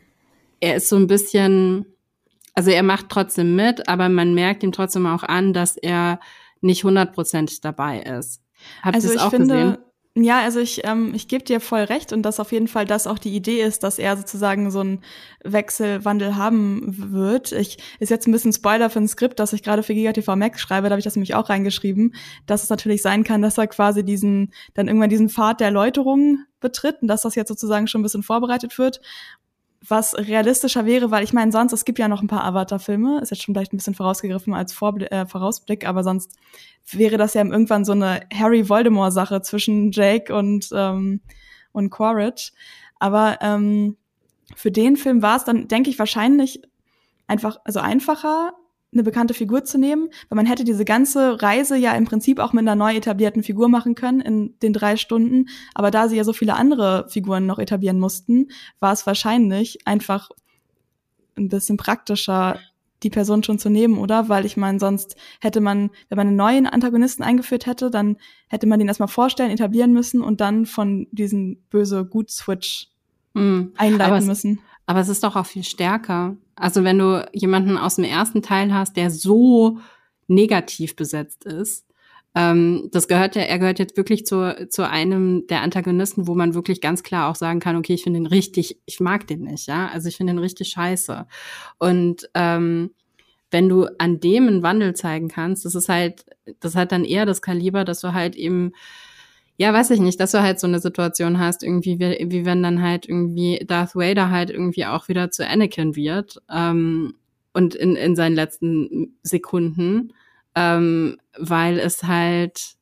er ist so ein bisschen, also er macht trotzdem mit, aber man merkt ihm trotzdem auch an, dass er nicht hundert Prozent dabei ist. Habt ihr also das auch finde, gesehen? Ja, also ich ähm, ich gebe dir voll recht und dass auf jeden Fall das auch die Idee ist, dass er sozusagen so einen Wechselwandel haben wird. Ich ist jetzt ein bisschen Spoiler für ein Skript, das ich gerade für GigaTV Max schreibe, da habe ich das nämlich auch reingeschrieben, dass es natürlich sein kann, dass er quasi diesen dann irgendwann diesen Pfad der Erläuterung betritt und dass das jetzt sozusagen schon ein bisschen vorbereitet wird. Was realistischer wäre, weil ich meine, sonst, es gibt ja noch ein paar Avatar-Filme, ist jetzt schon vielleicht ein bisschen vorausgegriffen als Vorbl- äh, Vorausblick, aber sonst wäre das ja irgendwann so eine Harry-Voldemort-Sache zwischen Jake und ähm, und Quaritch. Aber ähm, für den Film war es dann, denke ich, wahrscheinlich einfach, also einfacher, eine bekannte Figur zu nehmen, weil man hätte diese ganze Reise ja im Prinzip auch mit einer neu etablierten Figur machen können in den drei Stunden. Aber da sie ja so viele andere Figuren noch etablieren mussten, war es wahrscheinlich einfach ein bisschen praktischer, die Person schon zu nehmen, oder? Weil ich meine, sonst hätte man, wenn man einen neuen Antagonisten eingeführt hätte, dann hätte man den erstmal vorstellen, etablieren müssen und dann von diesem böse-gut-Switch mhm. einleiten aber es, müssen. Aber es ist doch auch viel stärker. Also wenn du jemanden aus dem ersten Teil hast, der so negativ besetzt ist, ähm, das gehört ja, er gehört jetzt wirklich zu, zu einem der Antagonisten, wo man wirklich ganz klar auch sagen kann, okay, ich finde den richtig, ich mag den nicht, ja, also ich finde den richtig scheiße. Und ähm, wenn du an dem einen Wandel zeigen kannst, das ist halt, das hat dann eher das Kaliber, dass du halt eben, ja, weiß ich nicht, dass du halt so eine Situation hast, irgendwie, wie, wie wenn dann halt irgendwie Darth Vader halt irgendwie auch wieder zu Anakin wird, ähm, und in, in seinen letzten Sekunden, ähm, weil es halt,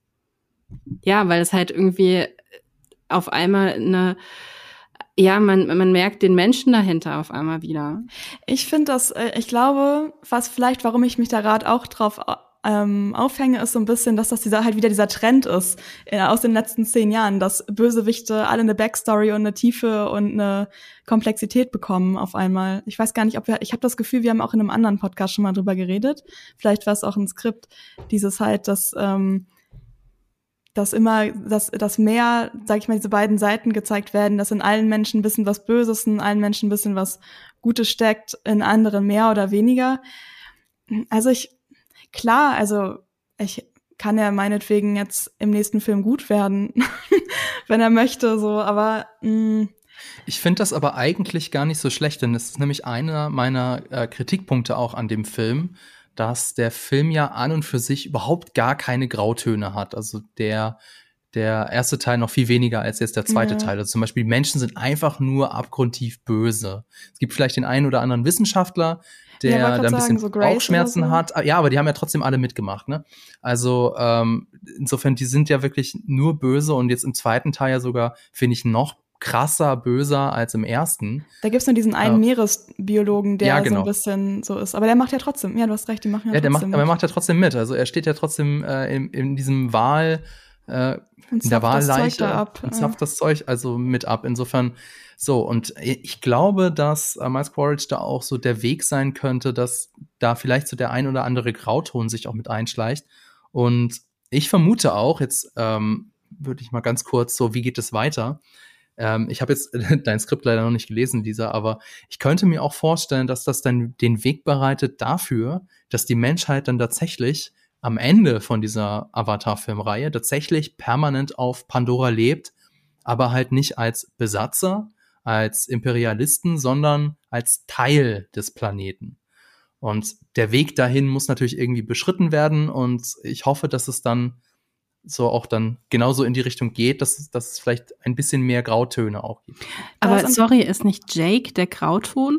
ja, weil es halt irgendwie auf einmal eine, ja, man, man merkt den Menschen dahinter auf einmal wieder. Ich finde das, äh, ich glaube, was vielleicht, warum ich mich da gerade auch drauf ähm, aufhänge, ist so ein bisschen, dass das dieser halt wieder dieser Trend ist äh, aus den letzten zehn Jahren, dass Bösewichte alle eine Backstory und eine Tiefe und eine Komplexität bekommen auf einmal. Ich weiß gar nicht, ob wir, ich habe das Gefühl, wir haben auch in einem anderen Podcast schon mal drüber geredet. Vielleicht war es auch ein Skript, dieses halt, dass ähm, dass immer, dass, dass mehr, sag ich mal, diese beiden Seiten gezeigt werden, dass in allen Menschen ein bisschen was Böses, in allen Menschen ein bisschen was Gutes steckt, in anderen mehr oder weniger. Also ich, klar, also ich kann ja meinetwegen jetzt im nächsten Film gut werden, wenn er möchte, so, aber mh. Ich finde das aber eigentlich gar nicht so schlecht, denn es ist nämlich einer meiner äh, Kritikpunkte auch an dem Film, dass der Film ja an und für sich überhaupt gar keine Grautöne hat. Also der, der erste Teil noch viel weniger als jetzt der zweite ja. Teil. Also zum Beispiel, die Menschen sind einfach nur abgrundtief böse. Es gibt vielleicht den einen oder anderen Wissenschaftler, der ja, da ein bisschen sagen, so Bauchschmerzen so. hat. Ja, aber die haben ja trotzdem alle mitgemacht, ne? Also ähm, insofern, die sind ja wirklich nur böse und jetzt im zweiten Teil ja sogar, finde ich, noch krasser, böser als im ersten. Da gibt's nur diesen einen ja. Meeresbiologen, der ja, genau. so ein bisschen so ist. Aber der macht ja trotzdem, ja, du hast recht, die machen ja, ja der trotzdem macht, Aber er macht ja trotzdem mit. Also er steht ja trotzdem äh, in, in diesem Wahl, äh, in der Wahlleiche ab, und zapft ja. das Zeug also mit ab. Insofern so, und ich glaube, dass äh, Miles Quaritch da auch so der Weg sein könnte, dass da vielleicht so der ein oder andere Grauton sich auch mit einschleicht. Und ich vermute auch, jetzt ähm, würde ich mal ganz kurz so, wie geht es weiter? Ähm, ich habe jetzt dein Skript leider noch nicht gelesen, Lisa, aber ich könnte mir auch vorstellen, dass das dann den Weg bereitet dafür, dass die Menschheit dann tatsächlich am Ende von dieser Avatar-Filmreihe tatsächlich permanent auf Pandora lebt, aber halt nicht als Besatzer, als Imperialisten, sondern als Teil des Planeten. Und der Weg dahin muss natürlich irgendwie beschritten werden und ich hoffe, dass es dann so auch dann genauso in die Richtung geht, dass es, dass es vielleicht ein bisschen mehr Grautöne auch gibt. Aber sorry, ist nicht Jake der Grauton?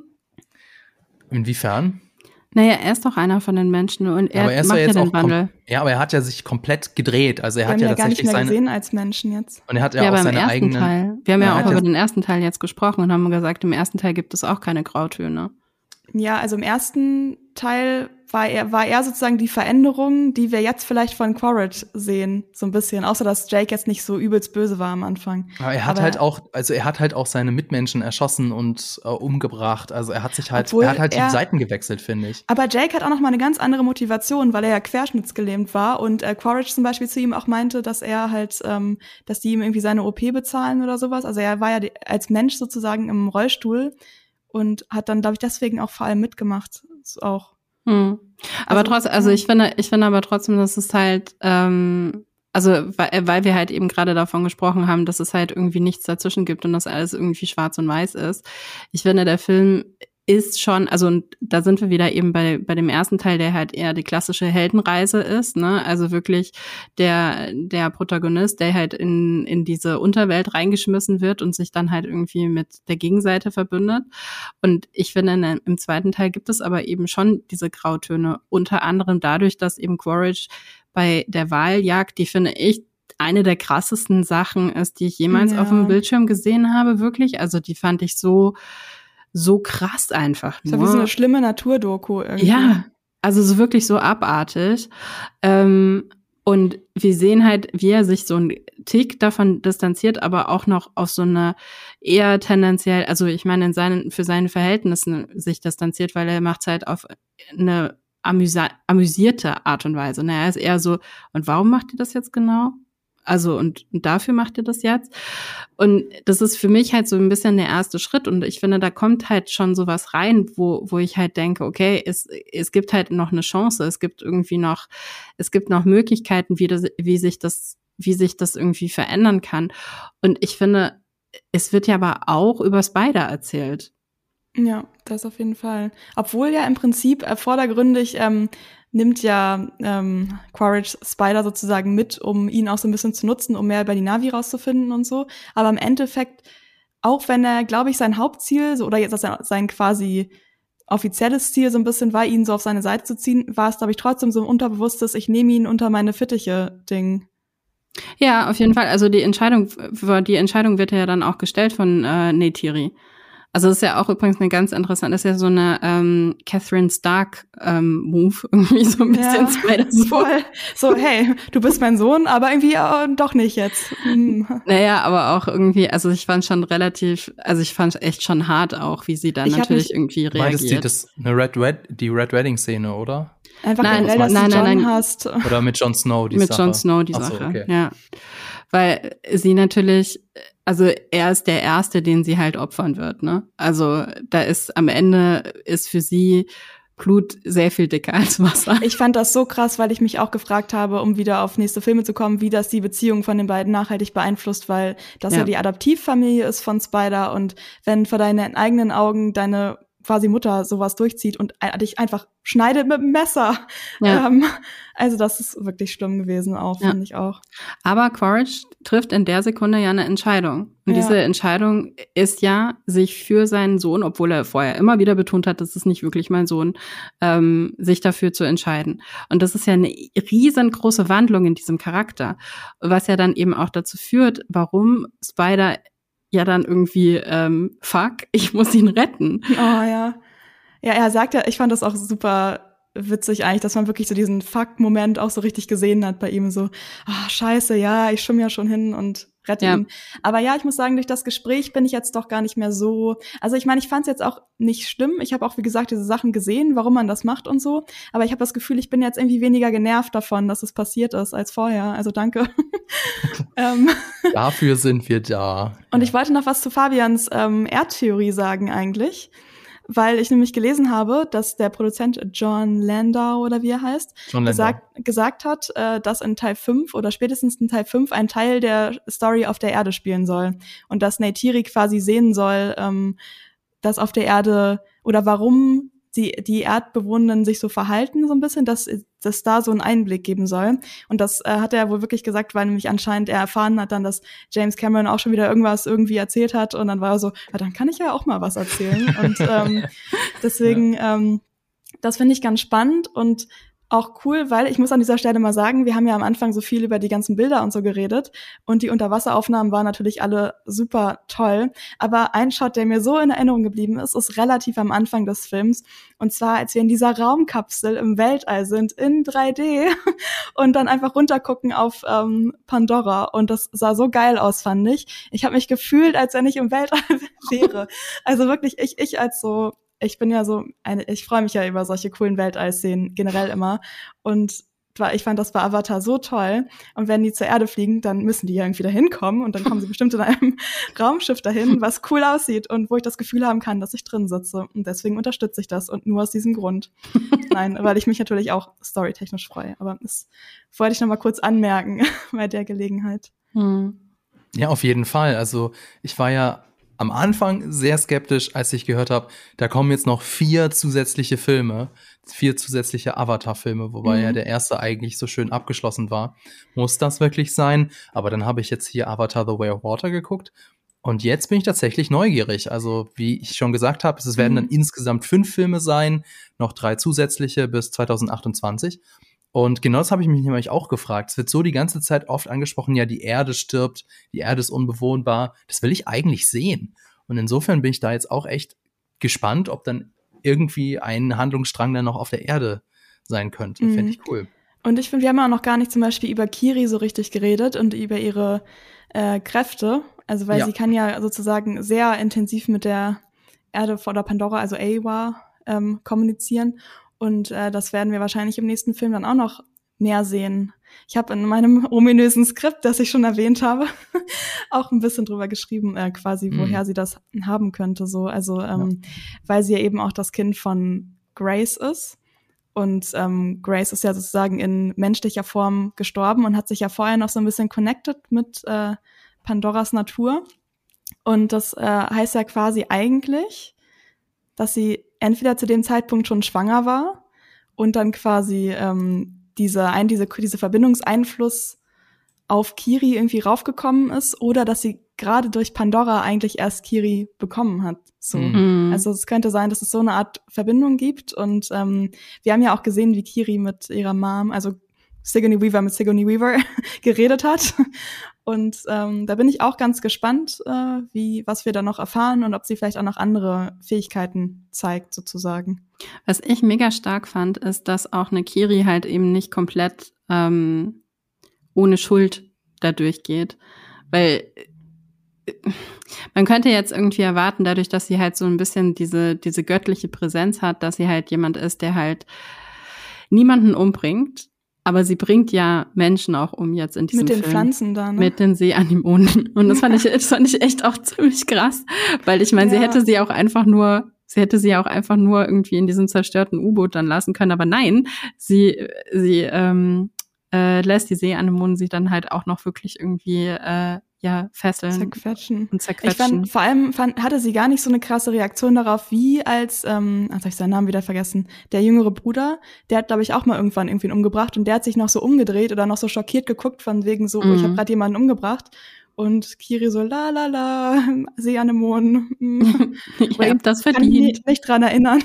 Inwiefern? Naja, er ist doch einer von den Menschen und er, er macht ja, ja den Wandel. Ja, aber er hat ja sich komplett gedreht. Also er Wir hat ja, ja tatsächlich gar nicht mehr seine gesehen als Menschen jetzt. Und er hat ja, ja auch aber seine im ersten eigenen Teil. Wir haben ja, ja auch über ja den ersten Teil jetzt gesprochen und haben gesagt, im ersten Teil gibt es auch keine Grautöne. Ja, also im ersten Teil war er, war er sozusagen die Veränderung, die wir jetzt vielleicht von Quaritch sehen, so ein bisschen. Außer, dass Jake jetzt nicht so übelst böse war am Anfang. Aber er hat Aber halt auch, also er hat halt auch seine Mitmenschen erschossen und äh, umgebracht. Also er hat sich halt, er hat halt er, die Seiten gewechselt, finde ich. Aber Jake hat auch noch mal eine ganz andere Motivation, weil er ja querschnittsgelähmt war und äh, Quaritch zum Beispiel zu ihm auch meinte, dass er halt, ähm, dass die ihm irgendwie seine O P bezahlen oder sowas. Also er war ja die, als Mensch sozusagen im Rollstuhl und hat dann, glaube ich, deswegen auch vor allem mitgemacht. So auch. Hm. Aber also, trotzdem, also ich finde, ich finde aber trotzdem, dass es halt, ähm, also weil, weil wir halt eben gerade davon gesprochen haben, dass es halt irgendwie nichts dazwischen gibt und dass alles irgendwie schwarz und weiß ist. Ich finde, der Film ist schon, also und da sind wir wieder eben bei bei dem ersten Teil, der halt eher die klassische Heldenreise ist, ne? Also wirklich der der Protagonist, der halt in in diese Unterwelt reingeschmissen wird und sich dann halt irgendwie mit der Gegenseite verbündet. Und ich finde, im zweiten Teil gibt es aber eben schon diese Grautöne, unter anderem dadurch, dass eben Quaritch bei der Wahljagd, die finde ich eine der krassesten Sachen ist, die ich jemals ja. auf dem Bildschirm gesehen habe, wirklich. Also die fand ich so so krass einfach nur. Das ist wie so eine schlimme Naturdoku irgendwie. Ja, also so wirklich so abartig. Ähm, und wir sehen halt, wie er sich so einen Tick davon distanziert, aber auch noch auf so eine eher tendenziell, also ich meine, in seinen, für seine Verhältnissen sich distanziert, weil er macht es halt auf eine amüsa- amüsierte Art und Weise. Ne? Er ist eher so, und warum macht ihr das jetzt genau? Also und, und dafür macht er das jetzt. Und das ist für mich halt so ein bisschen der erste Schritt. Und ich finde, da kommt halt schon sowas rein, wo wo ich halt denke, okay, es es gibt halt noch eine Chance. Es gibt irgendwie noch, es gibt noch Möglichkeiten, wie das, wie sich das, wie sich das irgendwie verändern kann. Und ich finde, es wird ja aber auch über Spider erzählt. Ja, das auf jeden Fall. Obwohl ja im Prinzip äh, vordergründig ähm, nimmt ja ähm, Quaritch Spider sozusagen mit, um ihn auch so ein bisschen zu nutzen, um mehr über die Na'vi rauszufinden und so. Aber im Endeffekt, auch wenn er, glaube ich, sein Hauptziel, so, oder jetzt sein, sein quasi offizielles Ziel so ein bisschen war, ihn so auf seine Seite zu ziehen, war es, glaube ich, trotzdem so ein unterbewusstes, ich nehme ihn unter meine Fittiche-Ding. Ja, auf jeden Fall. Also die Entscheidung, die Entscheidung wird ja dann auch gestellt von äh, Neytiri. Also das ist ja auch übrigens eine ganz interessante, das ist ja so eine ähm, Catherine Stark ähm, Move, irgendwie so ein bisschen Ja, Spider so. Voll. So, hey, du bist mein Sohn, aber irgendwie äh, doch nicht jetzt. Hm. Naja, aber auch irgendwie, also ich fand schon relativ, also ich fand echt schon hart auch, wie sie dann Ich hab natürlich mich- irgendwie Meintest du reagiert. das eine Red Wed die Red Wedding Szene, oder? Einfach Nein, generell, dass nein, du nein, John nein. hast. Oder mit Jon Snow die Mit Sache? Jon Snow die Ach so, Sache, okay. ja. Weil sie natürlich, also er ist der Erste, den sie halt opfern wird, ne? Also da ist am Ende ist für sie Blut sehr viel dicker als Wasser. Ich fand das so krass, weil ich mich auch gefragt habe, um wieder auf nächste Filme zu kommen, wie das die Beziehung von den beiden nachhaltig beeinflusst, weil das ja, Ja. die Adoptivfamilie ist von Spider und wenn vor deinen eigenen Augen deine quasi Mutter sowas durchzieht und äh, dich einfach schneidet mit dem Messer. Ja. Ähm, also das ist wirklich schlimm gewesen auch, Ja. finde ich auch. Aber Quaritch trifft in der Sekunde ja eine Entscheidung. Und Ja. diese Entscheidung ist ja, sich für seinen Sohn, obwohl er vorher immer wieder betont hat, das ist nicht wirklich mein Sohn, ähm, sich dafür zu entscheiden. Und das ist ja eine riesengroße Wandlung in diesem Charakter, was ja dann eben auch dazu führt, warum Spider ja dann irgendwie, ähm, fuck, ich muss ihn retten. Oh ja. Ja, er sagt ja, ich fand das auch super witzig eigentlich, dass man wirklich so diesen Fuck-Moment auch so richtig gesehen hat bei ihm. So, ah, scheiße, ja, ich schwimme ja schon hin und rette Ja. ihn. Aber ja, ich muss sagen, durch das Gespräch bin ich jetzt doch gar nicht mehr so. Also ich meine, ich fand es jetzt auch nicht schlimm. Ich habe auch, wie gesagt, diese Sachen gesehen, warum man das macht und so. Aber ich habe das Gefühl, ich bin jetzt irgendwie weniger genervt davon, dass es passiert ist, als vorher. Also danke. ähm, Dafür sind wir da. und Ja. ich wollte noch was zu Fabians ähm, Erdtheorie sagen eigentlich. Weil ich nämlich gelesen habe, dass der Produzent John Landau oder wie er heißt, John Landau. gesagt, gesagt hat, äh, dass in Teil fünf oder spätestens in Teil fünf ein Teil der Story auf der Erde spielen soll. Und dass Neytiri quasi sehen soll, ähm, dass auf der Erde oder warum die, die Erdbewohnenden sich so verhalten, so ein bisschen, dass das da so einen Einblick geben soll. Und das äh, hat er wohl wirklich gesagt, weil nämlich anscheinend er erfahren hat dann, dass James Cameron auch schon wieder irgendwas irgendwie erzählt hat. Und dann war er so, ja, dann kann ich ja auch mal was erzählen. Und ähm, deswegen, ja. ähm, das finde ich ganz spannend und auch cool, weil ich muss an dieser Stelle mal sagen, wir haben ja am Anfang so viel über die ganzen Bilder und so geredet und die Unterwasseraufnahmen waren natürlich alle super toll, aber ein Shot, der mir so in Erinnerung geblieben ist, ist relativ am Anfang des Films und zwar, als wir in dieser Raumkapsel im Weltall sind, in drei D und dann einfach runtergucken auf ähm, Pandora und das sah so geil aus, fand ich. Ich habe mich gefühlt, als wenn ich im Weltall wäre. Also wirklich, ich ich als so Ich bin ja so eine, ich freue mich ja über solche coolen Weltall-Szenen generell immer. Und ich fand das bei Avatar so toll. Und wenn die zur Erde fliegen, dann müssen die ja irgendwie dahin kommen. Und dann kommen sie bestimmt in einem Raumschiff dahin, was cool aussieht und wo ich das Gefühl haben kann, dass ich drin sitze. Und deswegen unterstütze ich das und nur aus diesem Grund. Nein, weil ich mich natürlich auch storytechnisch freue. Aber das wollte ich noch mal kurz anmerken bei der Gelegenheit. Hm. Ja, auf jeden Fall. Also ich war ja am Anfang sehr skeptisch, als ich gehört habe, da kommen jetzt noch vier zusätzliche Filme, vier zusätzliche Avatar-Filme, wobei mhm. ja der erste eigentlich so schön abgeschlossen war. Muss das wirklich sein? Aber dann habe ich jetzt hier Avatar The Way of Water geguckt und jetzt bin ich tatsächlich neugierig. Also wie ich schon gesagt habe, es werden mhm. dann insgesamt fünf Filme sein, noch drei zusätzliche bis zwanzig achtundzwanzig. Und genau das habe ich mich nämlich auch gefragt. Es wird so die ganze Zeit oft angesprochen, ja, die Erde stirbt, die Erde ist unbewohnbar. Das will ich eigentlich sehen. Und insofern bin ich da jetzt auch echt gespannt, ob dann irgendwie ein Handlungsstrang dann noch auf der Erde sein könnte. Mhm. Fände ich cool. Und ich finde, wir haben ja auch noch gar nicht zum Beispiel über Kiri so richtig geredet und über ihre äh, Kräfte. Also weil ja. sie kann ja sozusagen sehr intensiv mit der Erde oder Pandora, also Eywa, ähm, kommunizieren. Und äh, das werden wir wahrscheinlich im nächsten Film dann auch noch mehr sehen. Ich habe in meinem ominösen Skript, das ich schon erwähnt habe, auch ein bisschen drüber geschrieben, äh, quasi, Mhm. woher sie das haben könnte. So, also ähm, Ja. weil sie ja eben auch das Kind von Grace ist. Und ähm, Grace ist ja sozusagen in menschlicher Form gestorben und hat sich ja vorher noch so ein bisschen connected mit äh, Pandoras Natur. Und das äh, heißt ja quasi eigentlich, dass sie entweder zu dem Zeitpunkt schon schwanger war und dann quasi ähm, diese, ein, diese, diese Verbindungseinfluss auf Kiri irgendwie raufgekommen ist oder dass sie gerade durch Pandora eigentlich erst Kiri bekommen hat. So. Mhm. Also es könnte sein, dass es so eine Art Verbindung gibt und ähm, wir haben ja auch gesehen, wie Kiri mit ihrer Mom, also Sigourney Weaver mit Sigourney Weaver geredet hat und ähm, da bin ich auch ganz gespannt, äh, wie was wir da noch erfahren und ob sie vielleicht auch noch andere Fähigkeiten zeigt sozusagen. Was ich mega stark fand, ist, dass auch eine Kiri halt eben nicht komplett ähm, ohne Schuld da durchgeht. Weil äh, man könnte jetzt irgendwie erwarten, dadurch, dass sie halt so ein bisschen diese diese göttliche Präsenz hat, dass sie halt jemand ist, der halt niemanden umbringt, aber sie bringt ja Menschen auch um jetzt in diesem Mit den Film. Pflanzen da, ne? Mit den Seeanemonen. Und das fand ich, das fand ich echt auch ziemlich krass, weil ich meine, Ja. sie hätte sie auch einfach nur Sie hätte sie ja auch einfach nur irgendwie in diesem zerstörten U-Boot dann lassen können, aber nein, sie sie ähm, äh, lässt die Seeanemonen sie dann halt auch noch wirklich irgendwie äh, ja fesseln Zerquetschen. und Ich zerquetschen. fand, vor allem fand, hatte sie gar nicht so eine krasse Reaktion darauf, wie als, ähm, ach, hab ich seinen Namen wieder vergessen, der jüngere Bruder, der hat, glaube ich, auch mal irgendwann irgendwie umgebracht und der hat sich noch so umgedreht oder noch so schockiert geguckt von wegen so, Mhm. oh, ich habe gerade jemanden umgebracht. Und Kiri so, la la la, Seeanemonen. mm. Ich Aber hab das kann ich verdient. mich nicht dran erinnern.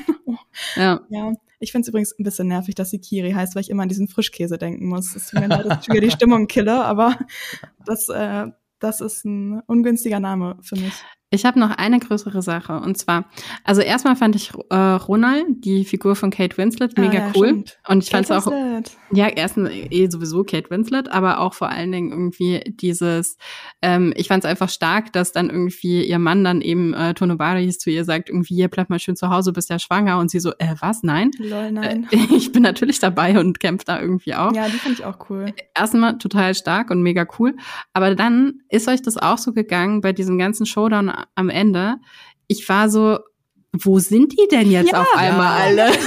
Ja. Ja, ich finde es übrigens ein bisschen nervig, dass sie Kiri heißt, weil ich immer an diesen Frischkäse denken muss. Das tut mir leid, dass ich wieder die Stimmung kille, aber das, äh, das ist ein ungünstiger Name für mich. Ich habe noch eine größere Sache und zwar, also erstmal fand ich äh, Ronald, die Figur von Kate Winslet, mega Ah, ja, cool stimmt. und ich fand es Kate auch Winslet. ja erstens eh sowieso Kate Winslet, aber auch vor allen Dingen irgendwie dieses, ähm, ich fand es einfach stark, dass dann irgendwie ihr Mann dann eben äh, Tonobaris zu ihr sagt, irgendwie hier bleib mal schön zu Hause, bist ja schwanger und sie so, äh was, nein? Lol, nein. Äh, ich bin natürlich dabei und kämpfe da irgendwie auch. Ja, die fand ich auch cool. Erstmal total stark und mega cool. Aber dann ist euch das auch so gegangen bei diesem ganzen Showdown am Ende. Ich war so, wo sind die denn jetzt Ja, auf einmal ja. alle?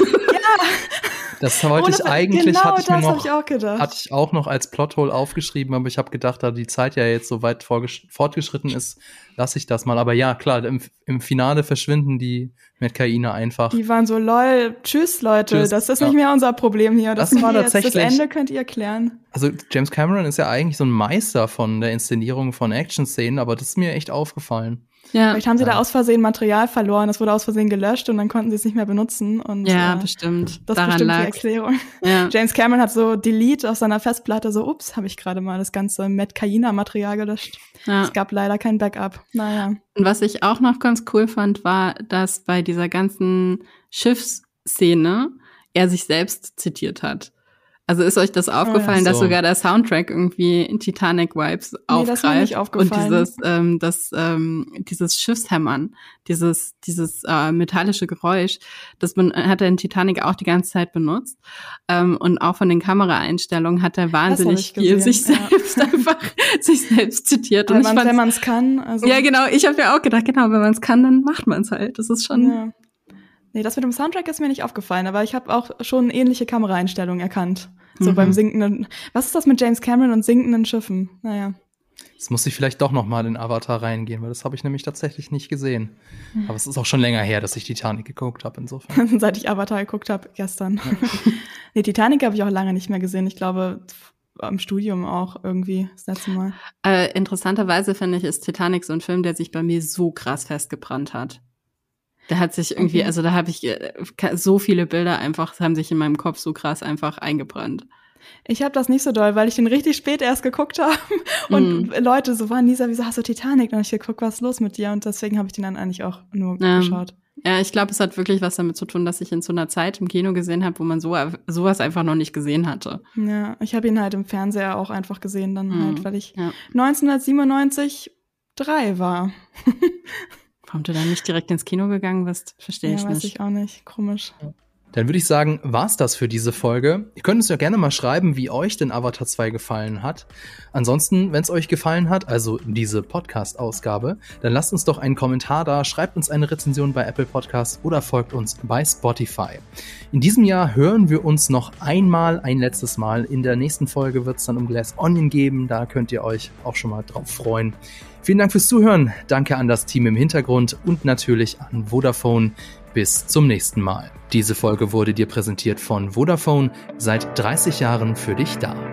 Das wollte Ohne ich Ver- eigentlich, genau hatte ich mir das hab noch, ich auch gedacht. hatte ich auch noch als Plothole aufgeschrieben, aber ich habe gedacht, da die Zeit ja jetzt so weit vorgesch- fortgeschritten ist, lasse ich das mal. Aber ja, klar, im, im Finale verschwinden die Metcaine einfach. Die waren so, lol, tschüss, Leute, Tschüss, das ist ja. nicht mehr unser Problem hier. Das, Das war könnt ihr jetzt, das tatsächlich- Ende könnt ihr klären. Also James Cameron ist ja eigentlich so ein Meister von der Inszenierung von Action-Szenen, aber das ist mir echt aufgefallen. Ja, Vielleicht haben sie Ja. da aus Versehen Material verloren, das wurde aus Versehen gelöscht und dann konnten sie es nicht mehr benutzen. Und, ja, äh, bestimmt. das ist Daran bestimmt die lag's. Erklärung. Ja. James Cameron hat so Delete auf seiner Festplatte, so, ups, habe ich gerade mal das ganze Metcaina-Material gelöscht. Ja. Es gab leider kein Backup. Naja. Und was ich auch noch ganz cool fand, war, dass bei dieser ganzen Schiffsszene er sich selbst zitiert hat. Also ist euch das aufgefallen, so. dass sogar der Soundtrack irgendwie Titanic-Vibes Nee, das ist mir aufgreift? nicht aufgefallen. Und dieses, ähm, das, ähm, dieses Schiffshämmern, dieses, dieses äh, metallische Geräusch, das ben- hat er in Titanic auch die ganze Zeit benutzt. Ähm, und auch von den Kameraeinstellungen hat er wahnsinnig ich viel gesehen, sich ja. selbst einfach sich selbst zitiert. Weil Und ich man, fand's- wenn man es kann. Also, ja, genau. Ich habe ja auch gedacht, genau, wenn man es kann, dann macht man es halt. Das ist schon. Ja. Nee, das mit dem Soundtrack ist mir nicht aufgefallen, aber ich habe auch schon ähnliche Kameraeinstellungen erkannt. So Mhm. beim sinkenden. Was ist das mit James Cameron und sinkenden Schiffen? Naja. Jetzt muss ich vielleicht doch noch mal in Avatar reingehen, weil das habe ich nämlich tatsächlich nicht gesehen. Aber es ist auch schon länger her, dass ich Titanic geguckt habe, insofern. Seit ich Avatar geguckt habe, gestern. Nee, Titanic habe ich auch lange nicht mehr gesehen. Ich glaube, im Studium auch irgendwie das letzte Mal. Äh, interessanterweise finde ich, ist Titanic so ein Film, der sich bei mir so krass festgebrannt hat. Der hat sich irgendwie, Okay. also da habe ich äh, so viele Bilder einfach, haben sich in meinem Kopf so krass einfach eingebrannt. Ich habe das nicht so doll, weil ich den richtig spät erst geguckt habe. Und Mhm. Leute so waren, Lisa, wieso hast du Titanic? Dann habe ich geguckt, was ist los mit dir? Und deswegen habe ich den dann eigentlich auch nur Ja. geschaut. Ja, ich glaube, es hat wirklich was damit zu tun, dass ich in so einer Zeit im Kino gesehen habe, wo man so sowas einfach noch nicht gesehen hatte. Ja, ich habe ihn halt im Fernseher auch einfach gesehen, dann Mhm. halt, weil ich Ja. neunzehnhundertsiebenundneunzig drei war. Warum du dann nicht direkt ins Kino gegangen bist, verstehe Ja, ich weiß nicht. ich auch nicht. Komisch. Dann würde ich sagen, war's das für diese Folge. Ihr könnt uns ja gerne mal schreiben, wie euch denn Avatar zwei gefallen hat. Ansonsten, wenn es euch gefallen hat, also diese Podcast-Ausgabe, dann lasst uns doch einen Kommentar da, schreibt uns eine Rezension bei Apple Podcasts oder folgt uns bei Spotify. In diesem Jahr hören wir uns noch einmal, ein letztes Mal. In der nächsten Folge wird es dann um Glass Onion geben, da könnt ihr euch auch schon mal drauf freuen. Vielen Dank fürs Zuhören, danke an das Team im Hintergrund und natürlich an Vodafone. Bis zum nächsten Mal. Diese Folge wurde dir präsentiert von Vodafone, seit dreißig Jahren für dich da.